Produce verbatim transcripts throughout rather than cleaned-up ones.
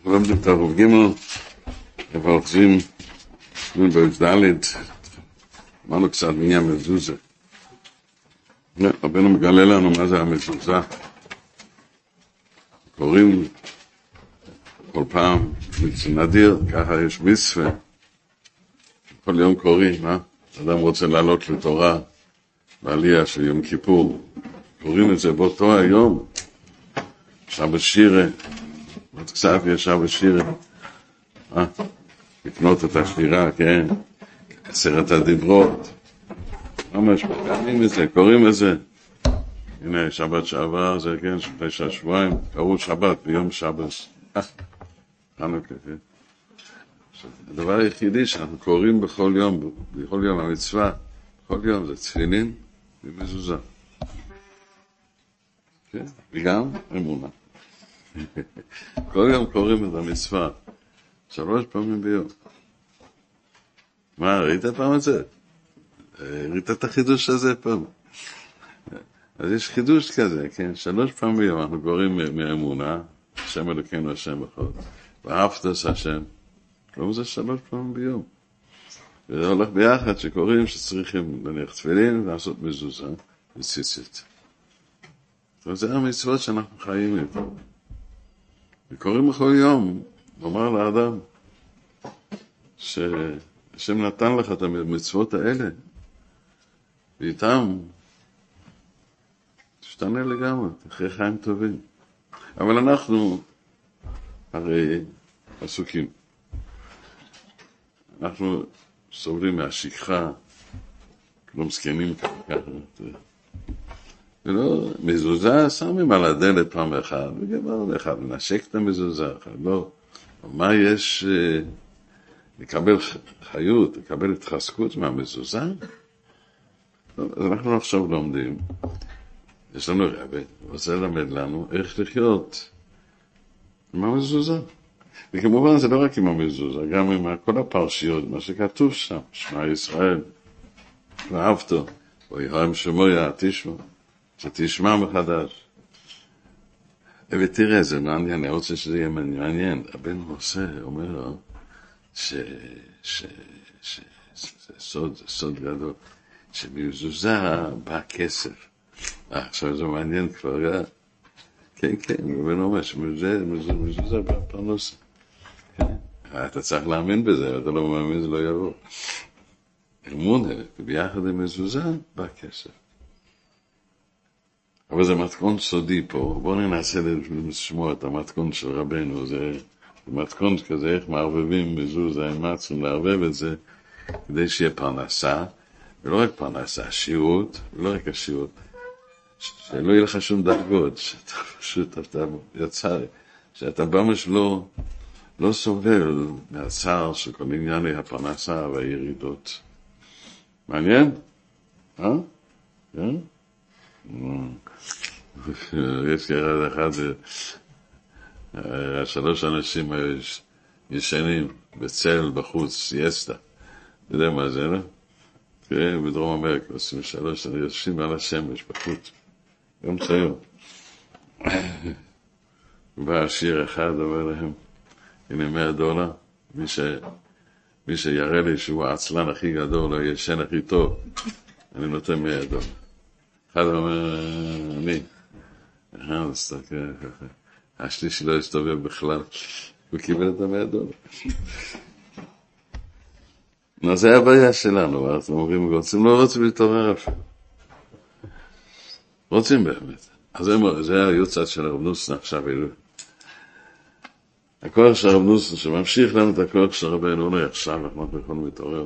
לומדים את הרוב ג' ומחזים בבית ד' אמרנו קצת עניין מזוזה. רבנו מגלה לנו מה זה המזוזה. קוראים כל פעם, זה נדיר, ככה יש מצווה. כל יום קוראים, אה? אדם רוצה לעלות לתורה בעלייה של יום כיפור. קוראים את זה באותו היום. שבת שירה. עוד קצת יש שבת שירה. אה? לקנות את השירה, כן. עשרת הדיברות. ממש מקיימים את זה, קוראים את זה. הנה, שבת שעבר, זה כן, לפני שבועיים, קראו שבת ביום שבת. אה, חנוכה, כן. הדבר היחידי שאנחנו קוראים בכל יום, בכל יום המצווה, בכל יום זה תפילין ומזוזה. כן? וגם אמונה. כל יום קוראים את המצווה, שלוש פעמים ביום. מה, ראית פעם את זה? ראית את החידוש הזה פעם? אז יש חידוש כזה, כן? שלוש פעמים ביום אנחנו קוראים מאמונה, השם אלוקינו השם אחד. ואהבת את השם. כלומר זה שלוש פעמים ביום. וזה הולך ביחד שקוראים שצריכים להניח תפילין ולעשות מזוזה וציצית. זה המצוות שאנחנו חיים איתו. וקוראים בכל יום, לומר לאדם, שהשם נתן לך את המצוות האלה, ואיתם תשתנה לגמרי, אחרי חיים טובים. אבל אנחנו הרי עסוקים. אנחנו סובלים מהשכחה, לא מסכנים ככה. ולא, מזוזה שמים על הדלת פעם אחת, וגמר אחד, נשק את המזוזה אחת, לא. מה יש לקבל חיות, לקבל התחזקות מהמזוזה? אז אנחנו עכשיו לומדים, יש לנו רבי, רוצה ללמד לנו איך לחיות עם המזוזה. וכמובן זה לא רק עם המזוזה, גם עם כל הפרשיות, מה שכתוב שם, שמע ישראל, ואהבתו, ויהי שמוע תשמע, שתשמע מחדש. ותראה, זה מעניין, אני רוצה שזה יהיה מעניין. הבן מוסה אומר לו, ש... ש... ש... זה סוד, זה סוד גדול, שמזוזה בא כסף. עכשיו זה מעניין כבר, כן, כן, הבן אומר שמזוזה בא פרנסה. אתה צריך להאמין בזה, אתה לא מאמין, זה לא יבוא. אמונה, וביחד עם מזוזה בא כסף. אבל זה מתכון סודי פה. בואו ננסה לשמוע את המתכון של רבנו. זה מתכון כזה, איך מערבבים מזוזה, הם צריכים לערבב את זה, כדי שיהיה פרנסה, ולא רק פרנסה, שירות, ולא רק השירות. שלא יהיה לך שום דרגות, שאתה פשוט, אתה יצא, שאתה ממש לא, לא סובל מהצער של כל ענייני הפרנסה והירידות. מעניין? אה? כן? יש כרד אחד, שלוש אנשים ישנים בצל בחוץ, סיאסטה. אתה יודע מה זה, לא? כן, בדרום אמריקה, עושים שלוש, יושבים על השמש בחוץ. יום ציון. בא שיר אחד, אומר להם, הנה מאה דולר, מי, ש... מי שיראה לי שהוא העצלן הכי גדול, או ישן הכי טוב, אני נותן מאה דולר. אחד אומר, אני. אה, אז ככה. השלישי לא הסתובב בכלל. הוא קיבל את המאה דולר. נו, זה הבעיה שלנו. אנחנו אומרים, רוצים, לא רוצים להתעורר אפילו. רוצים באמת. אז זה היוצאת של הרב נוסן עכשיו. הכוח של הרב נוסן, שממשיך לנו את הכוח של רבנו, לא עכשיו, אנחנו יכולים להתעורר.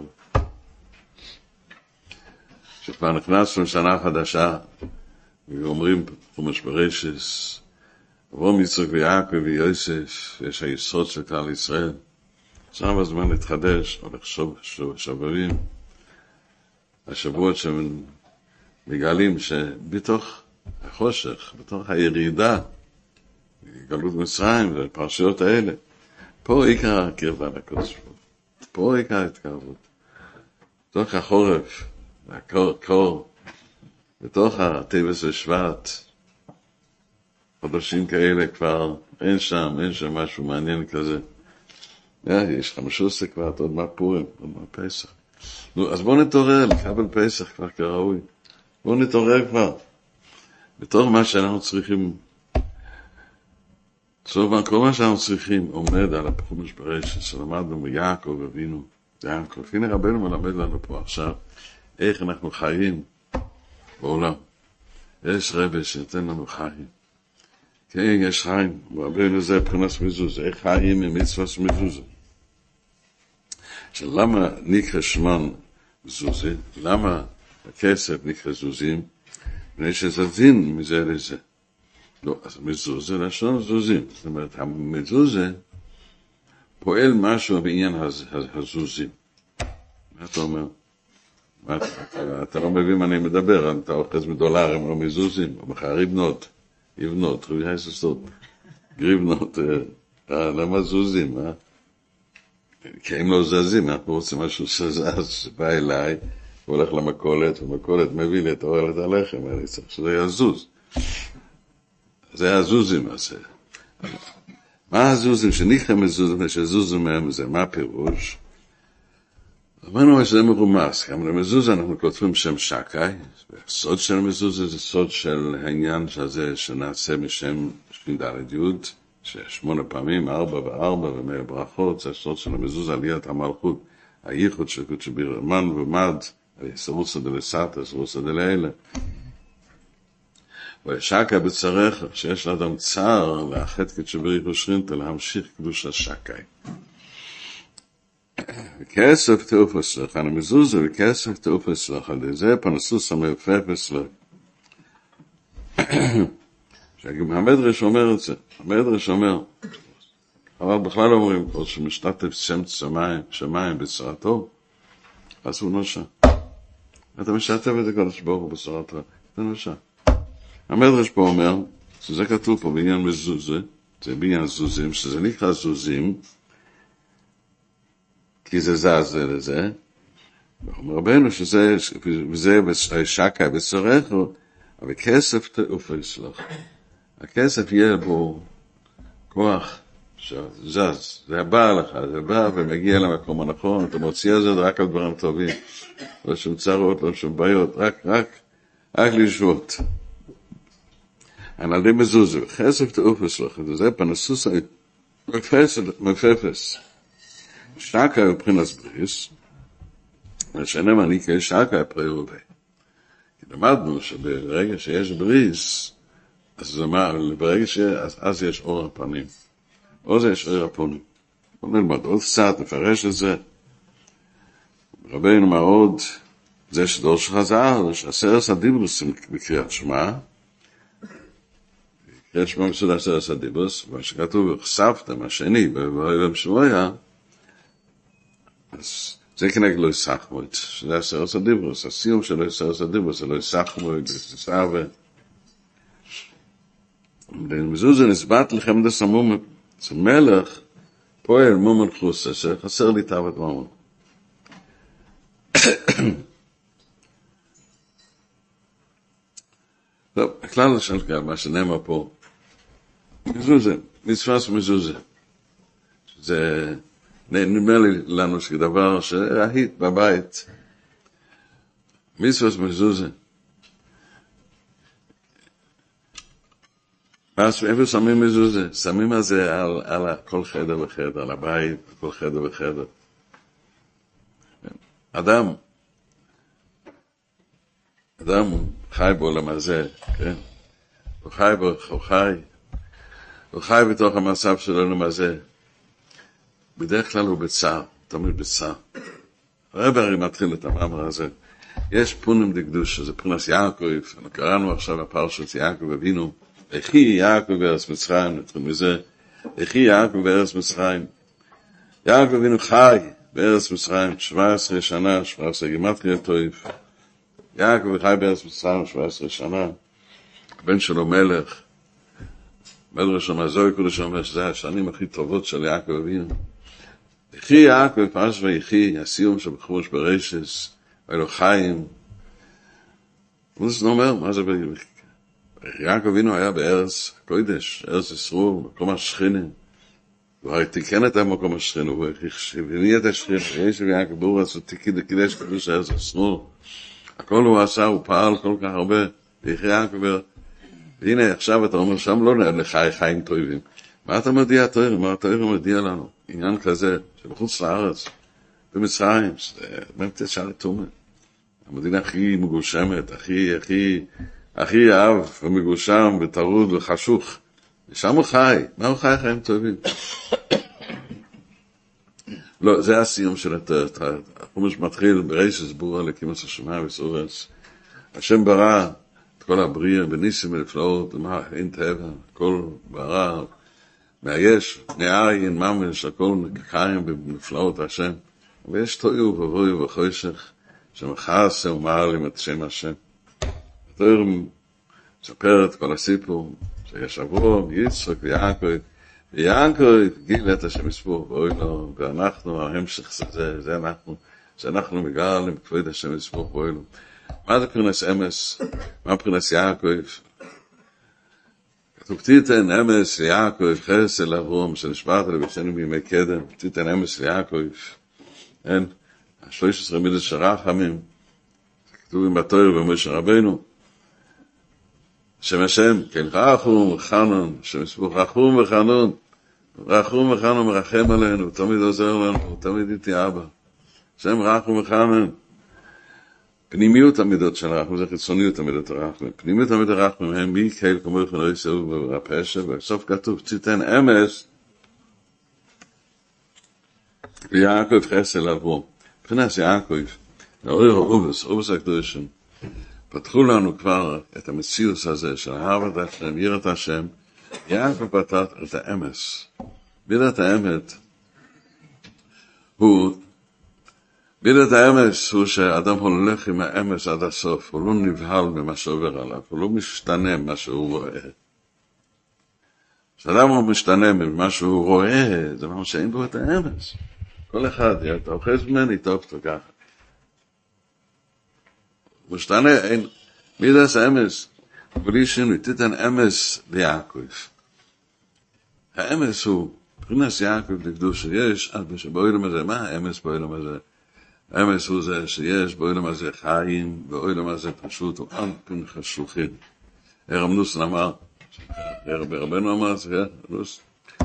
שכבר נכנסנו שנה חדשה, ואומרים חומש ברשס, אברהם יצחק ויעקב ויוסף, יש היסוד של כלל ישראל. עכשיו הזמן להתחדש, הולך שברים, השבועות שמגלים שבתוך החושך, בתוך הירידה, גלות מצרים והפרשיות האלה, פה עיקר הקרבה לקדוש ברוך הוא, פה עיקר ההתקרבות. בתוך החורף, הקור, קור, בתוך הטבע של שבט, חודשים כאלה כבר אין שם, אין שם משהו מעניין כזה. יש לך משהו עושה כבר, עוד מה פורים, עוד מה פסח. נו, אז בואו נתעורר, לקבל פסח כבר כראוי. בואו נתעורר כבר. בתור מה שאנחנו צריכים, בסוף כל מה שאנחנו צריכים עומד על החומש ברשת, שלמדנו מיעקב אבינו, יעקב. הנה רבנו מלמד לנו פה עכשיו, איך אנחנו חיים בעולם. יש רבי שנתן לנו חיים. כן, יש חיים. רבנו זה מבחינת מזוזה. איך חיים עם מצוות מזוזה? שלמה נקרא שמן מזוזה? למה הכסף נקרא זוזים? בני שזזין מזה לזה. לא, אז מזוזה לשון זוזים. זאת אומרת, המזוזה פועל משהו בעניין הזוזים. מה אתה אומר? אתה לא מבין מה אני מדבר, אתה אוחז מדולרים או מזוזים, או מחר יבנות, יבנות, חובי היססות, גריבנות, למה זוזים, אה? כי אם לא זזים, אנחנו רוצים משהו שזז, שבא אליי, הוא הולך למקולת, ומקולת מביא לי את אורלת הלחם, אני צריך שזה יזוז. זה הזוזים הזה. מה הזוזים? שנקרא מזוזים, שזוזים מהם זה, מה הפירוש? אמרנו שזה מרומס, גם למזוזה אנחנו כותבים שם שקאי, סוד של מזוזה זה סוד של העניין שזה שנעשה משם ש"ד י' ששמונה פעמים, ארבע וארבע ומאה ברכות, זה סוד של המזוזה, עליית המלכות, הייחוד של קודש ברמן ומד, סרוסא דלסתא, סרוסא דלילה. ושקאי בצריך, שיש לאדם צער לאחד קודש בריך ושרינתא, להמשיך קדוש השקאי. וכסף תאופס לך, אני מזוזה וכסף תאופס לך, זה פנסוס המפפס לך. שהמדרש אומר את זה, המדרש אומר, אבל בכלל אומרים פה שמשתתף שם שמיים, שמיים בצרתו, אז הוא נושא. אתה משתתף את הקודש ברוך הוא בצרתו, זה נושא. המדרש פה אומר, שזה כתוב פה בעניין מזוזה, זה בעניין זוזים, שזה נקרא זוזים, כי זה זז זה לזה, ואומר רבנו שזה, וזה שקאי בצריך, אבל כסף תאופס לך. הכסף יהיה בו כוח שזז, זה בא לך, זה בא ומגיע למקום הנכון, אתה מוציא את זה רק על דברים טובים, לא שום צרות, לא שום בעיות, רק, רק, רק לשבות. על ידי מזוזה, כסף תאופס לך, זה פנסוס מפפס. שקאי מבחינת בריס, ושאינם אני כשקאי פרי רובי. כי למדנו שברגע שיש בריס, אז זה מה, ברגע שיש, אז יש אור הפנים. או זה יש אור הפנים. בוא נלמד עוד קצת, נפרש את זה. רבינו מה עוד, זה שדור שחזר, שעשרת הדיברוס בקריאת שמע, קריאת שמע מסוד עשרת הדיברוס, מה שכתוב, חשפתם השני, באוהב שמויה, אז זה כנגד לא יסחמו את, שזה עשרת הדיברוס, הסיום של עשרת הדיברוס, זה לא יסחמו את, זה סעבה. מזוזה נסבט לכם דה סמום, זה מלך, פועל מומן חוסה, שחסר לי תאוות מומן. טוב, הכלל לשאול כאן, מה שנאמר פה, מזוזה, מצווה מזוזה. זה נדמה לי לנו שדבר שהיית בבית, מצווה מזוזה. אז איפה שמים מזוזה? שמים על זה על, על כל חדר וחדר, על הבית, כל חדר וחדר. אדם, אדם חי בעולם הזה, כן? הוא חי בו, הוא חי, הוא חי בתוך המצב של העולם הזה. בדרך כלל הוא בצער, תמיד בצער. הרב הרי מתחיל את המאמר הזה. יש פונים דקדוש, זה פרנס יעקב, קראנו עכשיו הפרשת יעקב אבינו, אחי יעקב בארץ מצרים, נתחיל מזה, אחי יעקב בארץ מצרים. יעקב אבינו חי בארץ מצרים, שבע עשרה שנה, שבע עשרה גימטריה טוב. יעקב חי בארץ מצרים, שבע עשרה שנה. הבן שלו מלך. מדרש המזוי קודש אומר שזה השנים הכי טובות של יעקב אבינו. אחי יעקב פרש ויחי, הסיום שבחומש ברשס, ואלו חיים. וזה אומר, מה זה בגלל? יעקב אבינו היה בארץ קודש, ארץ ישראל, מקום השכינה. הוא הרי תיקן את המקום השכינה, הוא הביא את השכינה, יש ויעקב ברור, אז הוא קידש קדוש ארץ ישראל. הכל הוא עשה, הוא פעל כל כך הרבה, ויחי יעקב, והנה עכשיו אתה אומר, שם לא לחי חיים טובים. מה אתה מודיע התויר? מה התויר מודיע לנו? עניין כזה, שבחוץ לארץ, במצרים, זה באמת שערי תומה. המדינה הכי מגושמת, הכי, הכי, הכי אהב ומגושם וטרוד וחשוך. ושם הוא חי. מה הוא חי חיים טובים? לא, זה הסיום של התויר. החומש מתחיל ברייסס בורה לקימוס השמיים וסורס. השם ברא את כל הבריאה בניסים ולפלאות, אין טבע, הכל ברא, מהיש, מאין, ממש, הכל חיים בנפלאות השם. ויש תוהו ובוהו וחושך, שמחס ומעלים את שם השם. התויר מספר את כל הסיפור, שיש אברהם, יצחק ויעקב, ויעקב גיל את השם יסבור, ואוי לו, ואנחנו, ההמשך זה, זה אנחנו, שאנחנו מגלים כבוד השם יסבור, ואוי לו. מה זה פרנס אמס? מה פרנס יעקב? כתוב, תיתן אמס ליעקב, חסד לאברהם, שנשבעת לבשנו בימי קדם, תיתן אמס ליעקב, אין, שלוש עשרה מידות של רחמים, כתובים בתויר במשה רבנו, שם השם, כן רחום וחנון, שם יסבור רחום וחנון, רחום וחנון מרחם עלינו, הוא תמיד עוזר לנו, הוא תמיד איתי אבא, שם רחום וחנון, פנימיות המידות של רחמים, זה חיצוניות המידות הרחמים, פנימיות המידות הרחמים, הם בי קהל כמו לכם לא יסעו בפשע, ובסוף כתוב, תיתן אמס, ויעקב חסד לאברהם. מבחינת יעקב, לאורי רובוס, רובוס הקדושים, פתחו לנו כבר את המציאות הזה של אהבת השם, יראת השם, יעקב פתח את האמס. בידת האמת הוא, בידת האמס הוא שאדם הולך עם האמס עד הסוף, הוא לא נבהל ממה שעובר עליו, הוא לא משתנה ממה שהוא רואה. כשאדם הוא משתנה ממה שהוא רואה, זה מה שאין בו את האמס. כל אחד, אתה אוחז ממני, טוב, אתה ככה. משתנה, אין, מידס האמס, בלי שינוי, תיתן אמס ליעקב. האמס הוא, פרנס יעקב לקדוש שיש, אז באוילם הזה, מה האמס באוילם הזה? האמס הוא זה שיש באוילם הזה חיים, באוילם הזה פשוט, הוא אנפין חשוכים. הרמנוס אמר, רבנו אמר, זה רמנוס,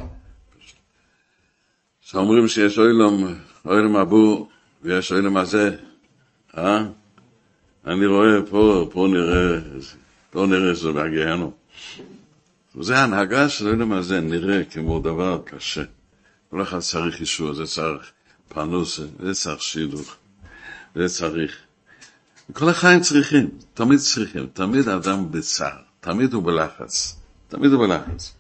שאומרים שיש אוילם, אוילם אבו, ויש אוילם הזה, אה? אני רואה פה, פה נראה, פה נראה שזה בהגיענו. וזה ההנהגה של אוילם הזה, נראה כמו דבר קשה. כל אחד צריך אישור, זה צריך פרנוס, זה צריך שילוך, זה צריך. וכל החיים צריכים, תמיד צריכים, תמיד האדם בצער, תמיד הוא בלחץ, תמיד הוא בלחץ.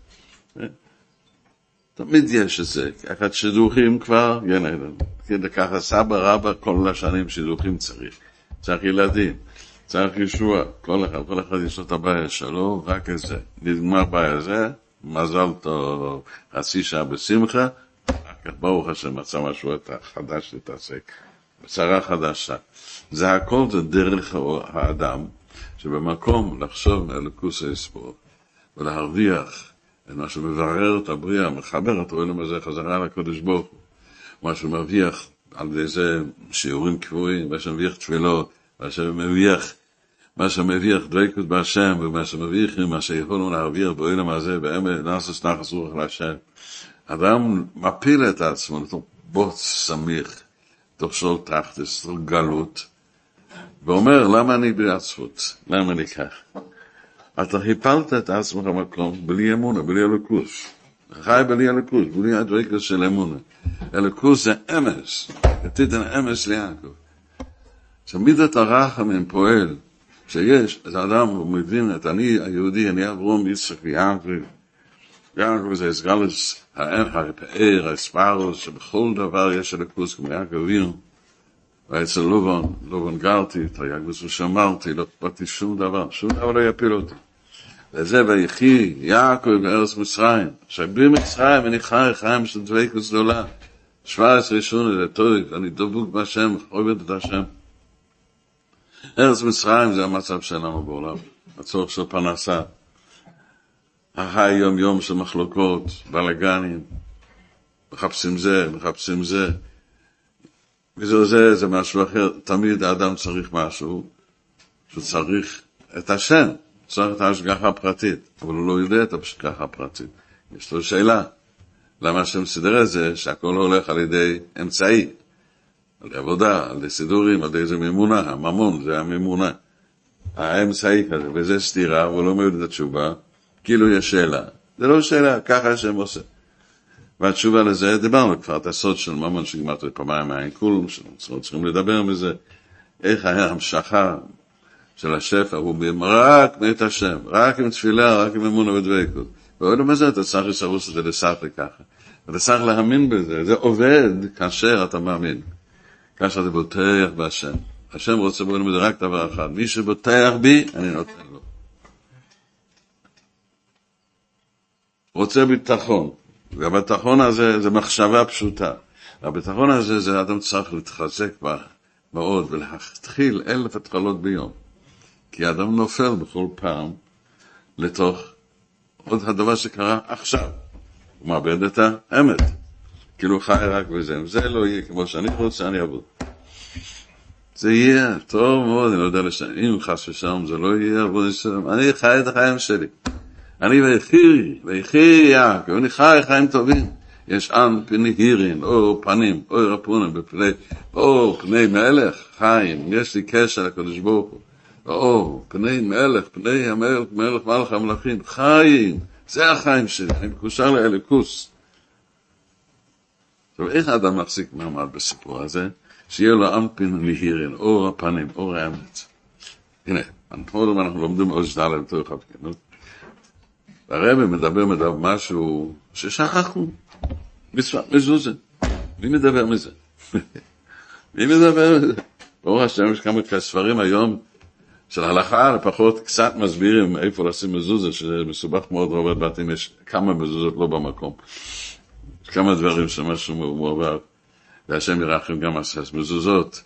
תמיד יש את זה, ככה שידוכים כבר, כן, ככה סבא רבא, כל השנים שידוכים צריך. צריך ילדים, צריך ישוע, כל אחד, כל אחד יש לו את הבעיה שלו, רק את זה. נגמר בעיה זה, מזל טוב, חצי שעה בשמחה, רק ברוך השם, מצא משהו חדש להתעסק, בצרה חדשה. זה הכל זה דרך האדם, שבמקום לחשוב אלוקוס היסבור, ולהרוויח את מה שמברר את הבריאה, מחבר את העולם הזה חזרה לקודש ברוך הוא, מה שמרוויח על ידי זה שיעורים קבועים, מה שמביך תפילות, מה שמביך, מה שמביך דבקות בהשם, ומה שמביך מה שיכולנו להרוויח בעולם הזה, באמת נעשס נחס רוח להשם. אדם מפיל את עצמו לתוך בוץ סמיך, תוך שול תחתס, תוך גלות, ואומר, למה אני בעצבות? למה אני כך? אתה הפלת את עצמך במקום בלי אמונה, בלי אלוקוס. חי בלי אלוקוס, בלי הדבקות של אמונה. אלוקוס זה אמס, תיתן אמס ליעקב. שמידת הרחמים פועל, שיש, את האדם הוא מבין, את אני היהודי, אני אברהם, יצחק ויעקב. יעקב זה הסגלוס, הפאר, הספרוס, שבכל דבר יש אלוקוס, כמו יעקב אבינו. ואצל לובון, לובון גרתי, תריגוס ושמרתי, לא אכפתי שום דבר, שום דבר לא יפיל אותי. וזה ויחי יעקב בארץ מצרים, שבלי מצרים אני חי חיים של דבקות גדולה. שבע עשרה שונה זה טוב, אני דבוק בהשם, עובד את השם. ארץ מצרים זה המצב שלנו בעולם, הצורך של פרנסה. החי יום יום של מחלוקות, בלגנים, מחפשים זה, מחפשים זה, וזה זה, זה משהו אחר. תמיד האדם צריך משהו, שהוא צריך את השם, צריך את ההשגחה הפרטית, אבל הוא לא יודע את ההשגחה הפרטית. יש לו שאלה, למה השם סידר את זה, שהכל הולך על ידי אמצעי, על ידי עבודה, על ידי סידורים, על ידי איזה ממונה, הממון זה הממונה, האמצעי כזה, וזה סתירה, והוא לא מיודד את התשובה, כאילו יש שאלה. זה לא שאלה, ככה השם עושה. והתשובה לזה, דיברנו כבר את הסוד של ממון שגמרתי פעמיים מהעיכול, שאנחנו צריכים לדבר מזה, איך היה המשכה של השפע, הוא רק מאת השם, רק עם תפילה, רק עם אמונה ודבקות. ועוד בזה אתה צריך לסרוס את זה לסחר ככה. אתה צריך להאמין בזה, זה עובד כאשר אתה מאמין. כאשר אתה בוטח בהשם. השם רוצה בואו נמד רק דבר אחד, מי שבוטח בי, אני נותן לו. רוצה ביטחון. והביטחון הזה זה מחשבה פשוטה. הביטחון הזה זה אדם צריך להתחזק מאוד ולהתחיל אלף התחלות ביום. כי האדם נופל בכל פעם לתוך עוד הדבר שקרה עכשיו. הוא מאבד את האמת. כאילו חי רק בזה. אם זה לא יהיה כמו שאני רוצה, אני אעבוד. זה יהיה טוב מאוד, אני לא יודע לשם. אם חס ושם זה לא יהיה, עבוד לשם. אני חי את החיים שלי. אני ויחי, ויחי יעקב, אני חי חיים טובים. יש עם פני הירין, או פנים, או רפונים, בפני, או פני מלך, חיים. יש לי קשר לקדוש ברוך הוא. או, פני מלך, פני המלך, מלך מלך המלכים, חיים. זה החיים שלי, אני מקושר לאליקוס. עכשיו, איך האדם מחזיק מעמד בסיפור הזה? שיהיה לו עם פני הירין, אור הפנים, אור האמת. הנה, אנחנו לומדים עוד שדל לתוך הפגנות. הרבי מדבר מדבר משהו ששכחנו. מצוות מזוזה. מי מדבר מזה? מי מדבר מזה? ברוך השם, יש כמה ספרים היום של הלכה, לפחות קצת מסבירים איפה לשים מזוזה, שזה מסובך מאוד רוברט בתים, יש כמה מזוזות לא במקום. יש כמה דברים שמשהו מועבר, והשם ירחם גם עשס מזוזות.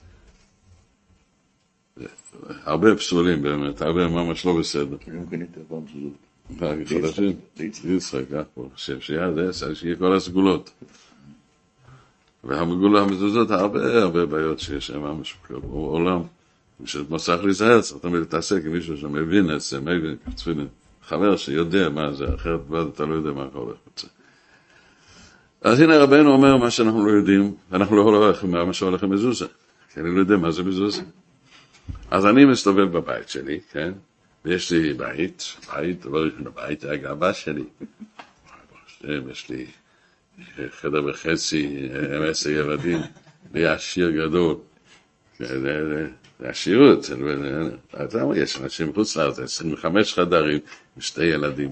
הרבה פסולים באמת, הרבה ממש לא בסדר. גם קנית פעם מזוזות. חדשים, יצחק, אני חושב שיהיה זה, שיהיה כל הסגולות. והמגולה המזוזות, הרבה הרבה בעיות שיש שם משהו בעולם. ושמוסך להיזהר, צריך תמיד להתעסק עם מישהו שמבין את זה, מבין, כתפילים, חבר שיודע מה זה, אחרת אתה לא יודע מה הולך בזה. אז הנה רבנו אומר מה שאנחנו לא יודעים, ואנחנו לא הולכים מה שהולך עם מזוזה, כי אני לא יודע מה זה מזוזה. אז אני מסתובב בבית שלי, כן? ויש לי בית, בית, דבר ראשון, בבית זה הגאווה שלי. יש לי חדר וחצי, עשר ילדים, לי עשיר גדול. זה עשירות. אתה אומר, יש אנשים חוץ לארץ, עשרים וחמישה חדרים, עם שתי ילדים.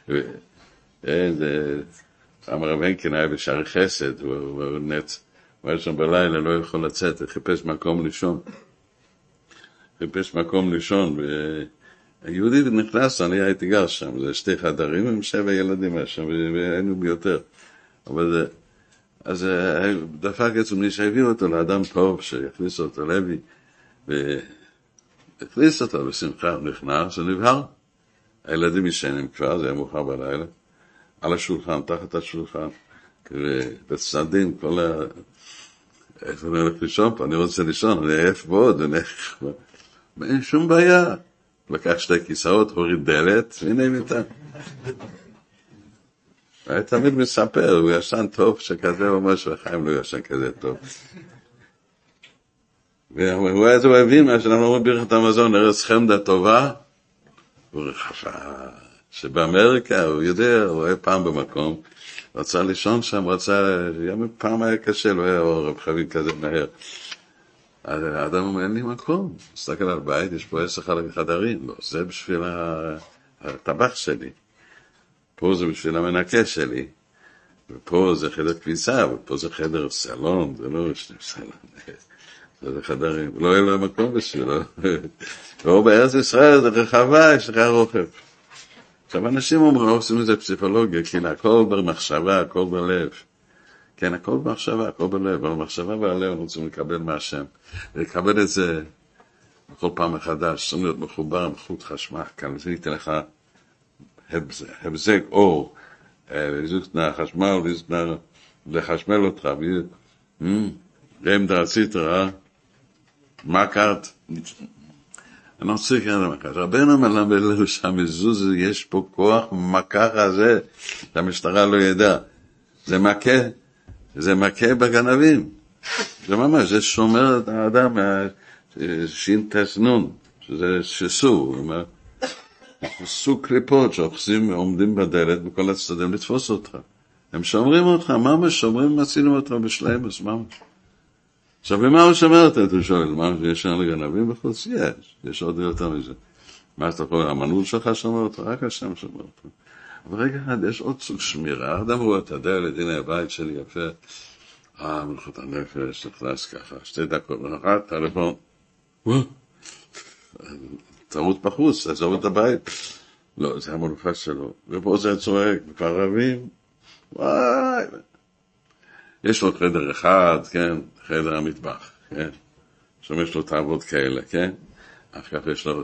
אמר רב הנקין היה בשערי חסד, הוא נט, הוא היה שם בלילה, לא יכול לצאת, חיפש מקום לישון. חיפש מקום לישון, היהודית נכנס, אני הייתי גר שם, זה שתי חדרים עם שבע ילדים שם, והיינו ביותר. אבל זה, אז דפק אצל מי שהביא אותו לאדם טוב, שיכניס אותו לוי, והכניס אותו בשמחה, נכנס ונבהר. הילדים ישנים כבר, זה היה מאוחר בלילה, על השולחן, תחת השולחן, ובצדדים, כל ה... איפה אני הולך לישון פה? אני רוצה לישון, אני עייף מאוד, אני עייף. אין שום בעיה. לקח שתי כיסאות, הוריד דלת, והנה מיטה. היה תמיד מספר, הוא ישן טוב שכזה או משהו, החיים לא ישן כזה טוב. והוא היה הוא הבין מה שאנחנו אומרים ברכת המזון, ארץ חמדה טובה, הוא חשב שבאמריקה, הוא יודע, הוא היה פעם במקום, רצה לישון שם, רצה, גם פעם היה קשה, לא היה רב חביב כזה מהר. האדם אומר, אין לי מקום, מסתכל על בית, יש פה עשר חדרים, לא, זה בשביל הטבח שלי, פה זה בשביל המנקה שלי, ופה זה חדר כביסה, ופה זה חדר סלון, זה לא שני סלון, זה חדרים, לא אין לו מקום בשבילו, ואו בארץ ישראל זה רחבה, יש לך רוחב. עכשיו אנשים אומרים, עושים את זה פסיכולוגיה, כי הכל במחשבה, הכל בלב. כן, הכל במחשבה, הכל בלב, אבל המחשבה והלב רוצים לקבל מהשם, ולקבל את זה בכל פעם מחדש, צריכים להיות מחובר עם חוט חשמל, כאן זה ייתן לך הבזק אור, לזוז נה חשמל, לזוז נה לחשמל אותך, רם דרצית רע, מה קרת? אני רוצה לקרוא למקרה, רבנו מלמד לנו שהמזוז יש פה כוח מקר הזה, שהמשטרה לא ידע, זה מכה, זה מכה בגנבים, זה ממש, זה שומר את האדם מהשין תסנון, שזה שסו, שסו קליפות שאוחזים ועומדים בדלת בכל הצדדים לתפוס אותך, הם שומרים אותך, ממש שומרים מצילים אותך בשלמוס, ממש. עכשיו, במה הוא שומר אותה? אתה שואל, מה יש לנו גנבים בחוץ? יש, יש עוד יותר מזה. מה אתה יכול, המנעול שלך שומר אותה? רק השם שומר אותה. אבל רגע אחד, יש עוד סוג שמירה. אדם רואה את הדלת, הנה הבית שלי יפה. אה, מלכות הנפש, נכנס ככה, שתי דקות, ונחת, טלפון. תרוץ בחוץ, תעזוב את הבית. לא, זה המלוכה שלו. ופה זה צועק, כבר רבים. וואי. יש לו חדר אחד, כן, חדר המטבח, כן, שם יש לו תאוות כאלה, כן, אחר כך יש לו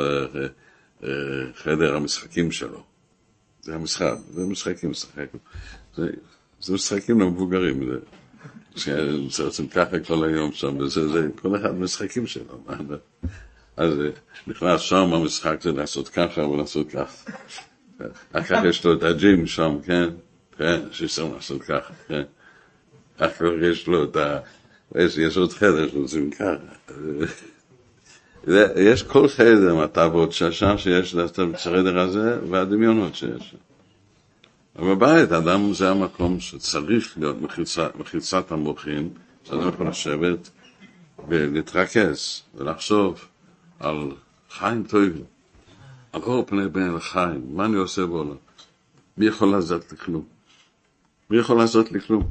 חדר המשחקים שלו, זה המשחק, זה משחקים, משחק, זה, זה משחקים למבוגרים, זה, שעושים ככה כל היום שם, וזה, זה, כל אחד משחקים שלו, אז נכנס שם המשחק זה לעשות ככה ולעשות ככה, אחר כך יש לו את הג'ים שם, כן, כן, ששם לעשות ככה, כן, אחר יש לו את ה... יש עוד חדר שעושים ככה. יש כל חדר מהטבות שם שיש את החדר הזה והדמיונות שיש. אבל בבית, אדם זה המקום שצריך להיות מחיצת המוחין, שאדם יכול לשבת ולהתרכז ולחשוב על חיים טובים, על אור פני בין החיים, מה אני עושה בעולם? מי יכול לעשות לי כלום? מי יכול לעשות לי כלום?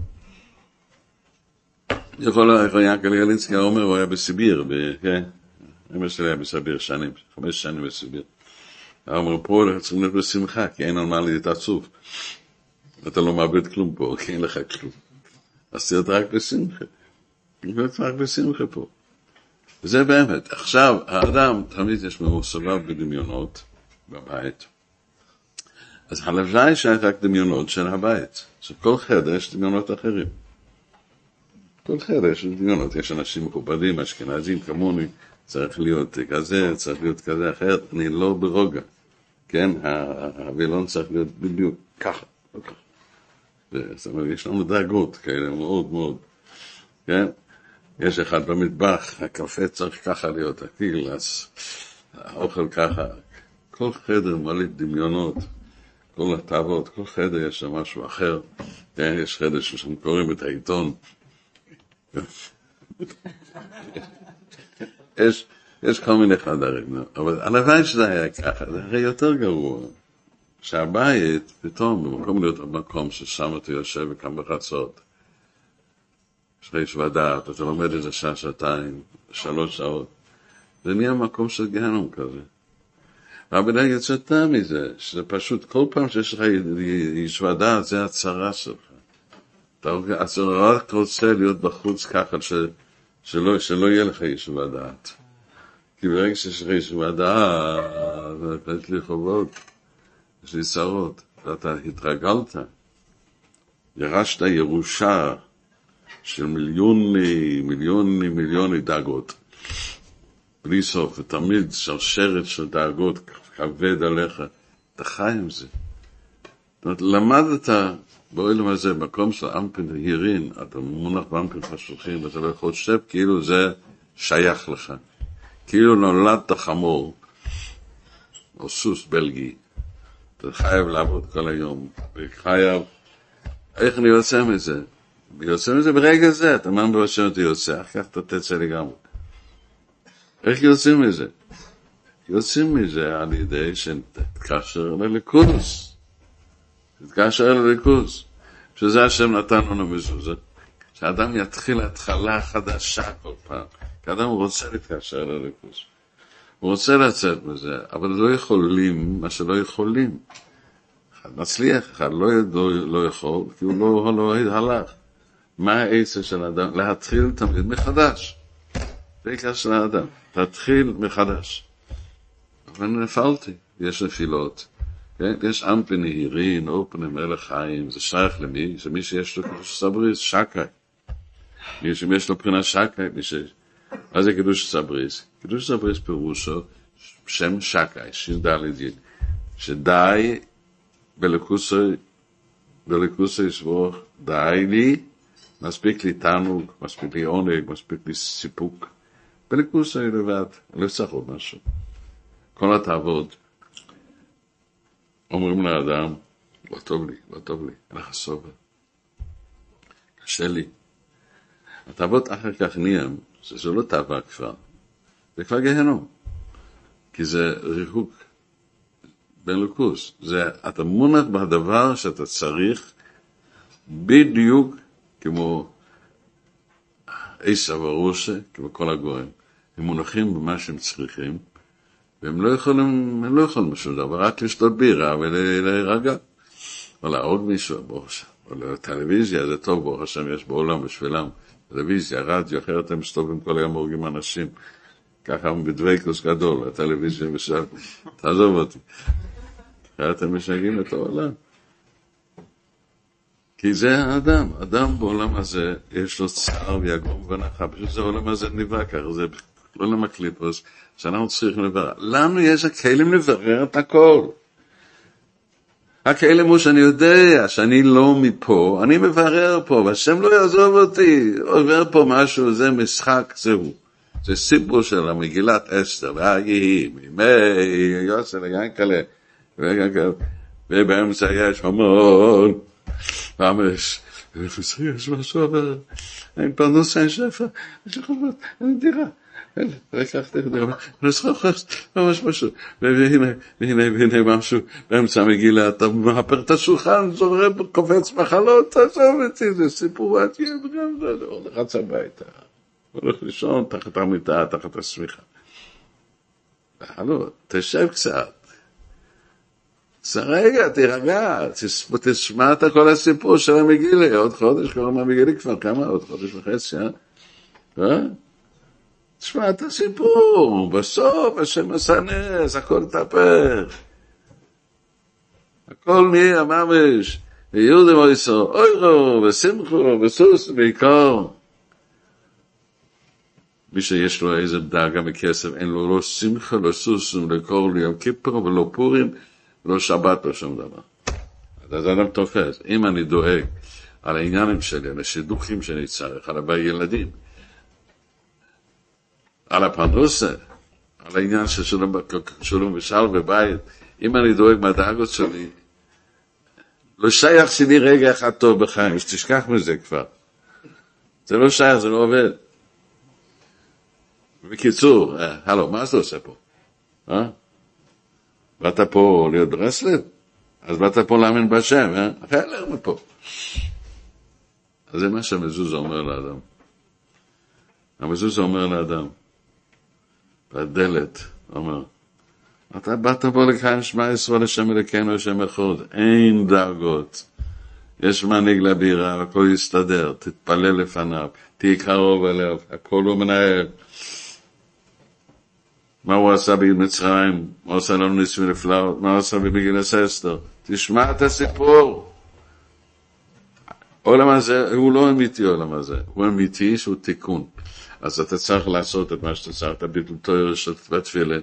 יכול ינקל ילינסקי אומר, הוא היה בסיביר, כן? אמא שלי היה בסיביר שנים, חמש שנים בסיביר. הוא אומר, פה צריכים להיות בשמחה, כי אין על מה להתעצוב. אתה לא מאבד כלום פה, כי אין לך כלום. אז תהיה רק בשמחה. תהיה רק בשמחה פה. וזה באמת. עכשיו, האדם תמיד יש ממוסבב בדמיונות בבית. אז הלוואי שהיה רק דמיונות של הבית. שכל חדר יש דמיונות אחרים. כל חדר יש דמיונות, יש אנשים מכובדים, אשכנזים כמוני, צריך להיות כזה, צריך להיות כזה אחר, אני לא ברוגע, כן, הווילון צריך להיות בדיוק ככה, לא ככה. זאת אומרת, יש לנו דאגות כאלה מאוד מאוד, כן, יש אחד במטבח, הקפה צריך ככה להיות, הטיל, אז האוכל ככה, כל חדר מלא דמיונות, כל התאוות, כל חדר יש שם משהו אחר, כן, יש חדר ששם קוראים את העיתון, יש, יש כל מיני חדרים, אבל הלוואי שזה היה ככה, זה הרי יותר גרוע, שהבית פתאום, במקום להיות במקום ששם אתה יושב וכאן בחצות, יש לך ישבה דעת, אתה לומד איזה שעה, שעתיים, שלוש שעות, זה נהיה מקום של גיהנום כזה. והבן יצאת מזה, שזה פשוט, כל פעם שיש לך ישבה דעת, זה הצרה שלך. אתה רק רוצה להיות בחוץ ככה, שלא, שלא יהיה לך ישבה דעת. כי ברגע שיש לך ישבה דעת, יש לי חובות, יש לי שרות, ואתה התרגלת, ירשת ירושה של מיליוני, מיליוני, מיליוני דאגות, בלי סוף, ותמיד שרשרת של דאגות כבד עליך, אתה חי עם זה. זאת אומרת, למדת בעולם הזה, מקום של אמפין הירין, אתה מונח באמפין חשוכים, ואתה לא חושב כאילו זה שייך לך. כאילו נולדת חמור, או סוס בלגי. אתה חייב לעבוד כל היום, וחייב, איך אני יוצא מזה? אני יוצא מזה ברגע זה, אתה מה מבשם אותי יוצא, אחר כך אתה תצא לגמרי. איך יוצאים מזה? יוצאים מזה על ידי שתתקשר לליכוז. תתקשר לליכוז. שזה השם נתן לנו מזוזה. שהאדם יתחיל התחלה חדשה כל פעם. כי האדם רוצה להתקשר לליכוז. הוא רוצה לצאת מזה, אבל לא יכולים מה שלא יכולים. אחד מצליח, אחד לא, לא, לא יכול, כי הוא לא, לא הלך. מה העצה של האדם? להתחיל תמיד מחדש. זה עיקר של האדם. להתחיל מחדש. אבל נפלתי. יש נפילות. כן? יש עם פני הירין, אור פני מלך חיים, זה שייך למי? זה מי שיש לו קדוש סבריס, שקאי. מי שיש לו בחינה שקאי, מי ש... מה זה קדוש סבריס? קדוש סבריס פירושו, שם שקאי, שיר דלת יד, שדי בלכוסי, בלכוסי סבוך, די לי, מספיק לי תענוג, מספיק לי עונג, מספיק לי סיפוק, בלכוסי לבד, לא צריך עוד משהו. כל התעבוד, אומרים לאדם, לא טוב לי, לא טוב לי, אין לך סובר. קשה לי. התעבוד אחר כך ניים, זה לא תאווה כבר, זה כבר גהנום. כי זה ריחוק בין לוקוס. זה, אתה מונח בדבר שאתה צריך בדיוק כמו עשיו ורושע, כמו כל הגויים. הם מונחים במה שהם צריכים, והם לא יכולים, הם לא יכולים משהו דבר, רק לשתות בירה ולהירגע. או להרוג מישהו, ברוך השם. או לטלוויזיה, זה טוב, ברוך השם, יש בעולם בשבילם. טלוויזיה, רדיו, אחרת הם מסתובבים כל היום הורגים אנשים. ככה בדוויקוס גדול, הטלוויזיה משל, תעזוב אותי. אחרת הם משגעים את העולם. כי זה האדם, אדם בעולם הזה, יש לו צער ויגרום ונחה, פשוט זה העולם הזה נברא ככה, זה לא למקליפוס, שאנחנו צריכים לברר. לנו יש הכלים לברר את הכל. הכלים הוא שאני יודע שאני לא מפה, אני מברר פה, והשם לא יעזוב אותי, עובר פה משהו, זה משחק, זהו. זה סיפור של המגילת אסתר, והיהי, מימי, יוסף, ינקלה, ובאמצע יש המון, ממש, יש משהו, אבל אין פרנוס, אין שפע, יש לי חובות, אין דירה, לקחתי את דירה, נסחוחס, ממש משהו, והנה, והנה, והנה משהו, באמצע המגילה, אתה מהפר את השולחן, זורם, קופץ מחלות, תעזוב אותי, זה סיפור, תהיה בגם זה, הולך רץ הביתה. הולך לישון תחת המיטה, תחת השמיכה. הלו, תשב קצת. רגע, תירגע, תשמע את כל הסיפור של המגילה. עוד חודש קוראים המגילה כבר, כמה? עוד חודש וחצי, אה? תשמע את הסיפור, בסוף השם עשה נס, הכל תפך. הכל נהיה ממש, ויהודים אויסו, אוירו, ושמחו, וסוס, בעיקר. מי שיש לו איזה דאגה מכסף, אין לו לא שמחה, לא סוסום, לא קור, לא יום כיפר, ולא פורים, ולא שבת, לא שום דבר. אז אדם תופס. אם אני דואג על העניינים שלי, על השידוכים שאני צריך, על הבא ילדים, על הפרנסה, על העניין ששלום ושל ובית, אם אני דואג מהדאגות שלי, לא שייך שלי רגע אחד טוב בחיים, שתשכח מזה כבר. זה לא שייך, זה לא עובד. בקיצור, הלו, מה אתה עושה פה? אה? באת פה להיות ברסלב? אז באת פה להאמין בשם, אה? אחרי לך מפה. אז זה מה שהמזוזה אומר לאדם. המזוזה אומר לאדם, בדלת, אומר, אתה באת פה לקיים שמע ישראל לשם אלוקינו לשם אחד, אין דרגות. יש מנהיג לבירה, הכל יסתדר, תתפלל לפניו, תהיה קרוב אליו, הכל הוא מנהל. מה הוא עשה במצרים, מה הוא עשה לנו ניסים נפלאות, מה הוא עשה במגילת אסתר. תשמע את הסיפור. העולם הזה, הוא לא אמיתי העולם הזה, הוא אמיתי שהוא תיקון. אז אתה צריך לעשות את מה שאתה צריך, את הביטול תורה בתפילה.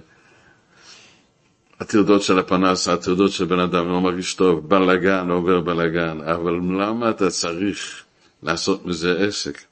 התרדות של הפנס, התרדות של בן אדם, לא מרגיש טוב, בלגן, עובר בלגן, אבל למה אתה צריך לעשות מזה עסק?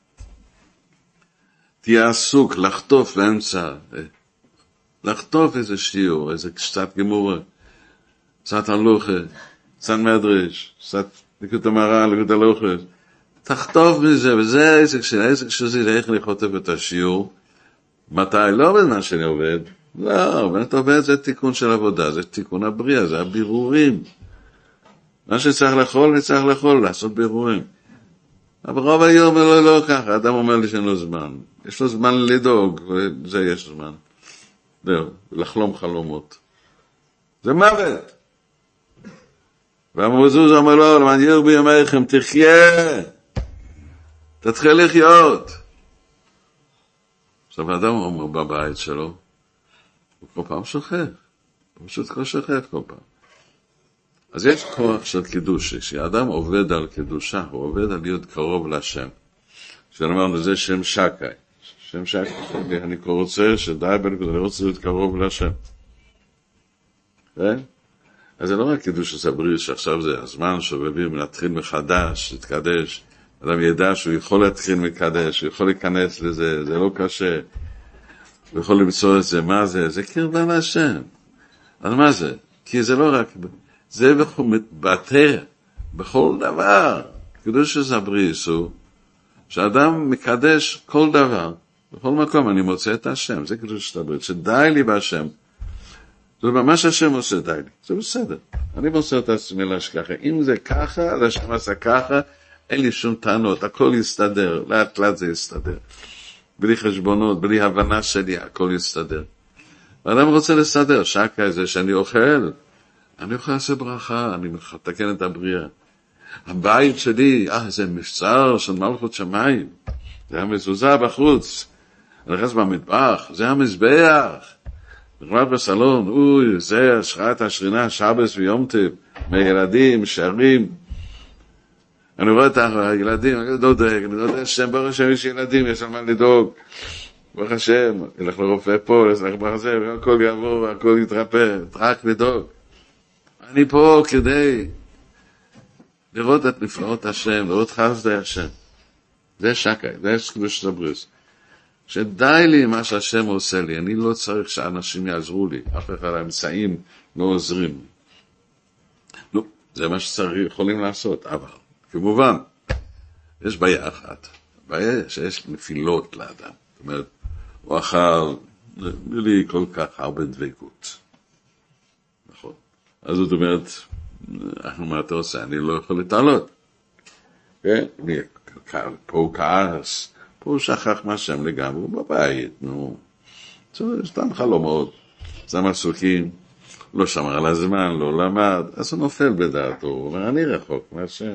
תהיה עסוק, לחטוף לאמצע, לחטוף איזה שיעור, איזה קצת גמורה, קצת הלוכה, קצת מדרש, קצת לקות המראה, לקות הלוכה, תחטוף מזה, וזה העסק שלי, העסק שלי זה איך אני חוטף את השיעור, מתי? לא בזמן שאני עובד, לא, אבל אתה עובד זה תיקון של עבודה, זה תיקון הבריאה, זה הבירורים. מה שצריך לאכול, אני צריך לאכול, לעשות בירורים. אבל רוב היום לא, לא ככה, אדם אומר לי שאין לו זמן. יש לו זמן לדאוג, וזה יש זמן. זהו, לחלום חלומות. זה מוות. והמזוזה אומר לו, למען ירב בימיכם, תחיה. תתחיל לחיות. עכשיו האדם אומר בבית שלו, הוא כל פעם שוכב. הוא פשוט כל שוכב כל פעם. אז יש כוח של קידוש, כשאדם עובד על קידושה, הוא עובד על להיות קרוב להשם. שאמרנו, זה שם שקי. שם שקי, אני רוצה שדי בנקודה, אני רוצה להיות קרוב להשם. כן? אז זה לא רק קידוש הסברית, שעכשיו זה הזמן שובבים, להתחיל מחדש, להתקדש. אדם ידע שהוא יכול להתחיל מקדש, הוא יכול להיכנס לזה, זה לא קשה. הוא יכול למצוא את זה, מה זה? זה קרבה להשם. אז מה זה? כי זה לא רק, זה מתבטא בכל דבר. קידוש הסברית הוא שאדם מקדש כל דבר. בכל מקום אני מוצא את השם, זה קידוש הסברית, שדי לי בהשם. זאת אומרת, מה שהשם עושה די לי, זה בסדר. אני מוצא את עצמי להשכחה. אם זה ככה, אז השם עשה ככה, אין לי שום טענות, הכל יסתדר, לאט לאט זה יסתדר. בלי חשבונות, בלי הבנה שלי, הכל יסתדר. האדם רוצה לסדר, שקה איזה שאני אוכל, אני אוכל לעשות ברכה, אני מתקן את הבריאה. הבית שלי, אה, זה מבצר של מלכות שמיים, זה המזוזה בחוץ, אני נכנס במטבח, זה המזבח, נכנס בסלון, אוי, זה השראת השרינה, שבס ויום טוב, מילדים, שערים, אני רואה את הילדים, אני לא דואג, אני לא יודע שם, ברוך השם יש ילדים, יש על מה לדאוג, ברוך השם, ילך לרופא פה, ילך ברזה, הכל יעבור, הכל יתרפא, רק לדאוג. אני פה כדי לראות את נפלאות השם, לראות חסדי השם. זה שקי, זה קידוש הסברית. שדי לי מה שהשם עושה לי, אני לא צריך שאנשים יעזרו לי, אף אחד האמצעים לא עוזרים. לא, זה מה שצריך, יכולים לעשות, אבל כמובן, יש בעיה אחת, בעיה שיש נפילות לאדם, זאת אומרת, הוא אכל, בלי כל כך הרבה דבקות. נכון. אז זאת אומרת, מה אתה עושה? אני לא יכול להתעלות. כן? פה הוא כעס, פה הוא שכח מה שם לגמרי, הוא בבית, נו. זה סתם חלומות, סתם עסוקים, לא שמר על הזמן, לא למד, אז הוא נופל בדעתו, הוא אומר, אני רחוק מהשם.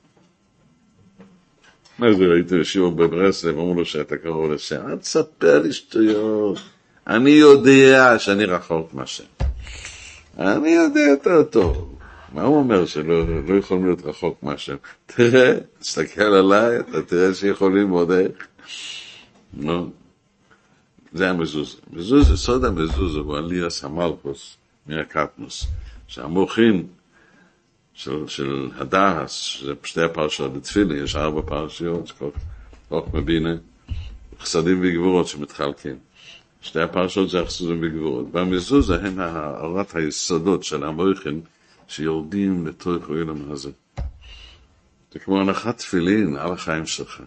מה זה, ראיתי בשיעור בברסלב, אמרו לו שאתה קרוב לשם, אל תספר לי שטויות, אני יודע שאני רחוק מהשם. אני יודע יותר טוב. מה הוא אומר שלא לא יכולים להיות רחוק מהשם? תראה, תסתכל עליי, אתה תראה שיכולים עוד איך. לא. זה המזוזה. מזוזה, סוד המזוזה הוא עליית המלכות מהקטנוס. שהמוחין של, של הדס, שזה שתי הפרשות בתפילה, יש ארבע פרשיות, כל מבינה, חסדים וגבורות שמתחלקים. שתי הפרשות זה חסדים וגבורות. במזוזה הם האורת היסודות של המוחין, שיורדים לתוך העולם הזה. זה כמו הנחת תפילין על החיים שלך.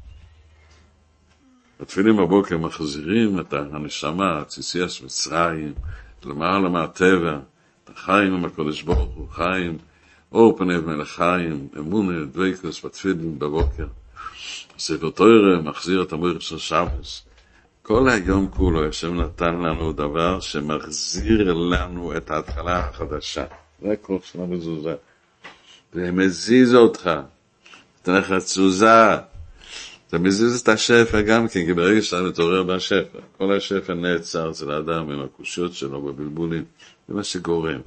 התפילין בבוקר מחזירים את הנשמה, ציציאס מצרים, למעלה מהטבע, את החיים עם הקודש ברוך הוא, חיים, אור פניו מלך חיים, אמונה, דבקות בתפילין בבוקר. ספר תורה מחזיר את המוח של שבס. כל היום כולו, השם נתן לנו דבר שמחזיר לנו את ההתחלה החדשה. זה הכוח של המזוזה. זה מזיז אותך. נותן לך תזוזה. זה מזיז את השפע גם כן, כי ברגע שאתה מתעורר בשפע, כל השפע נעצר אצל האדם עם הקושיות שלו בבלבולים. זה מה שגורם.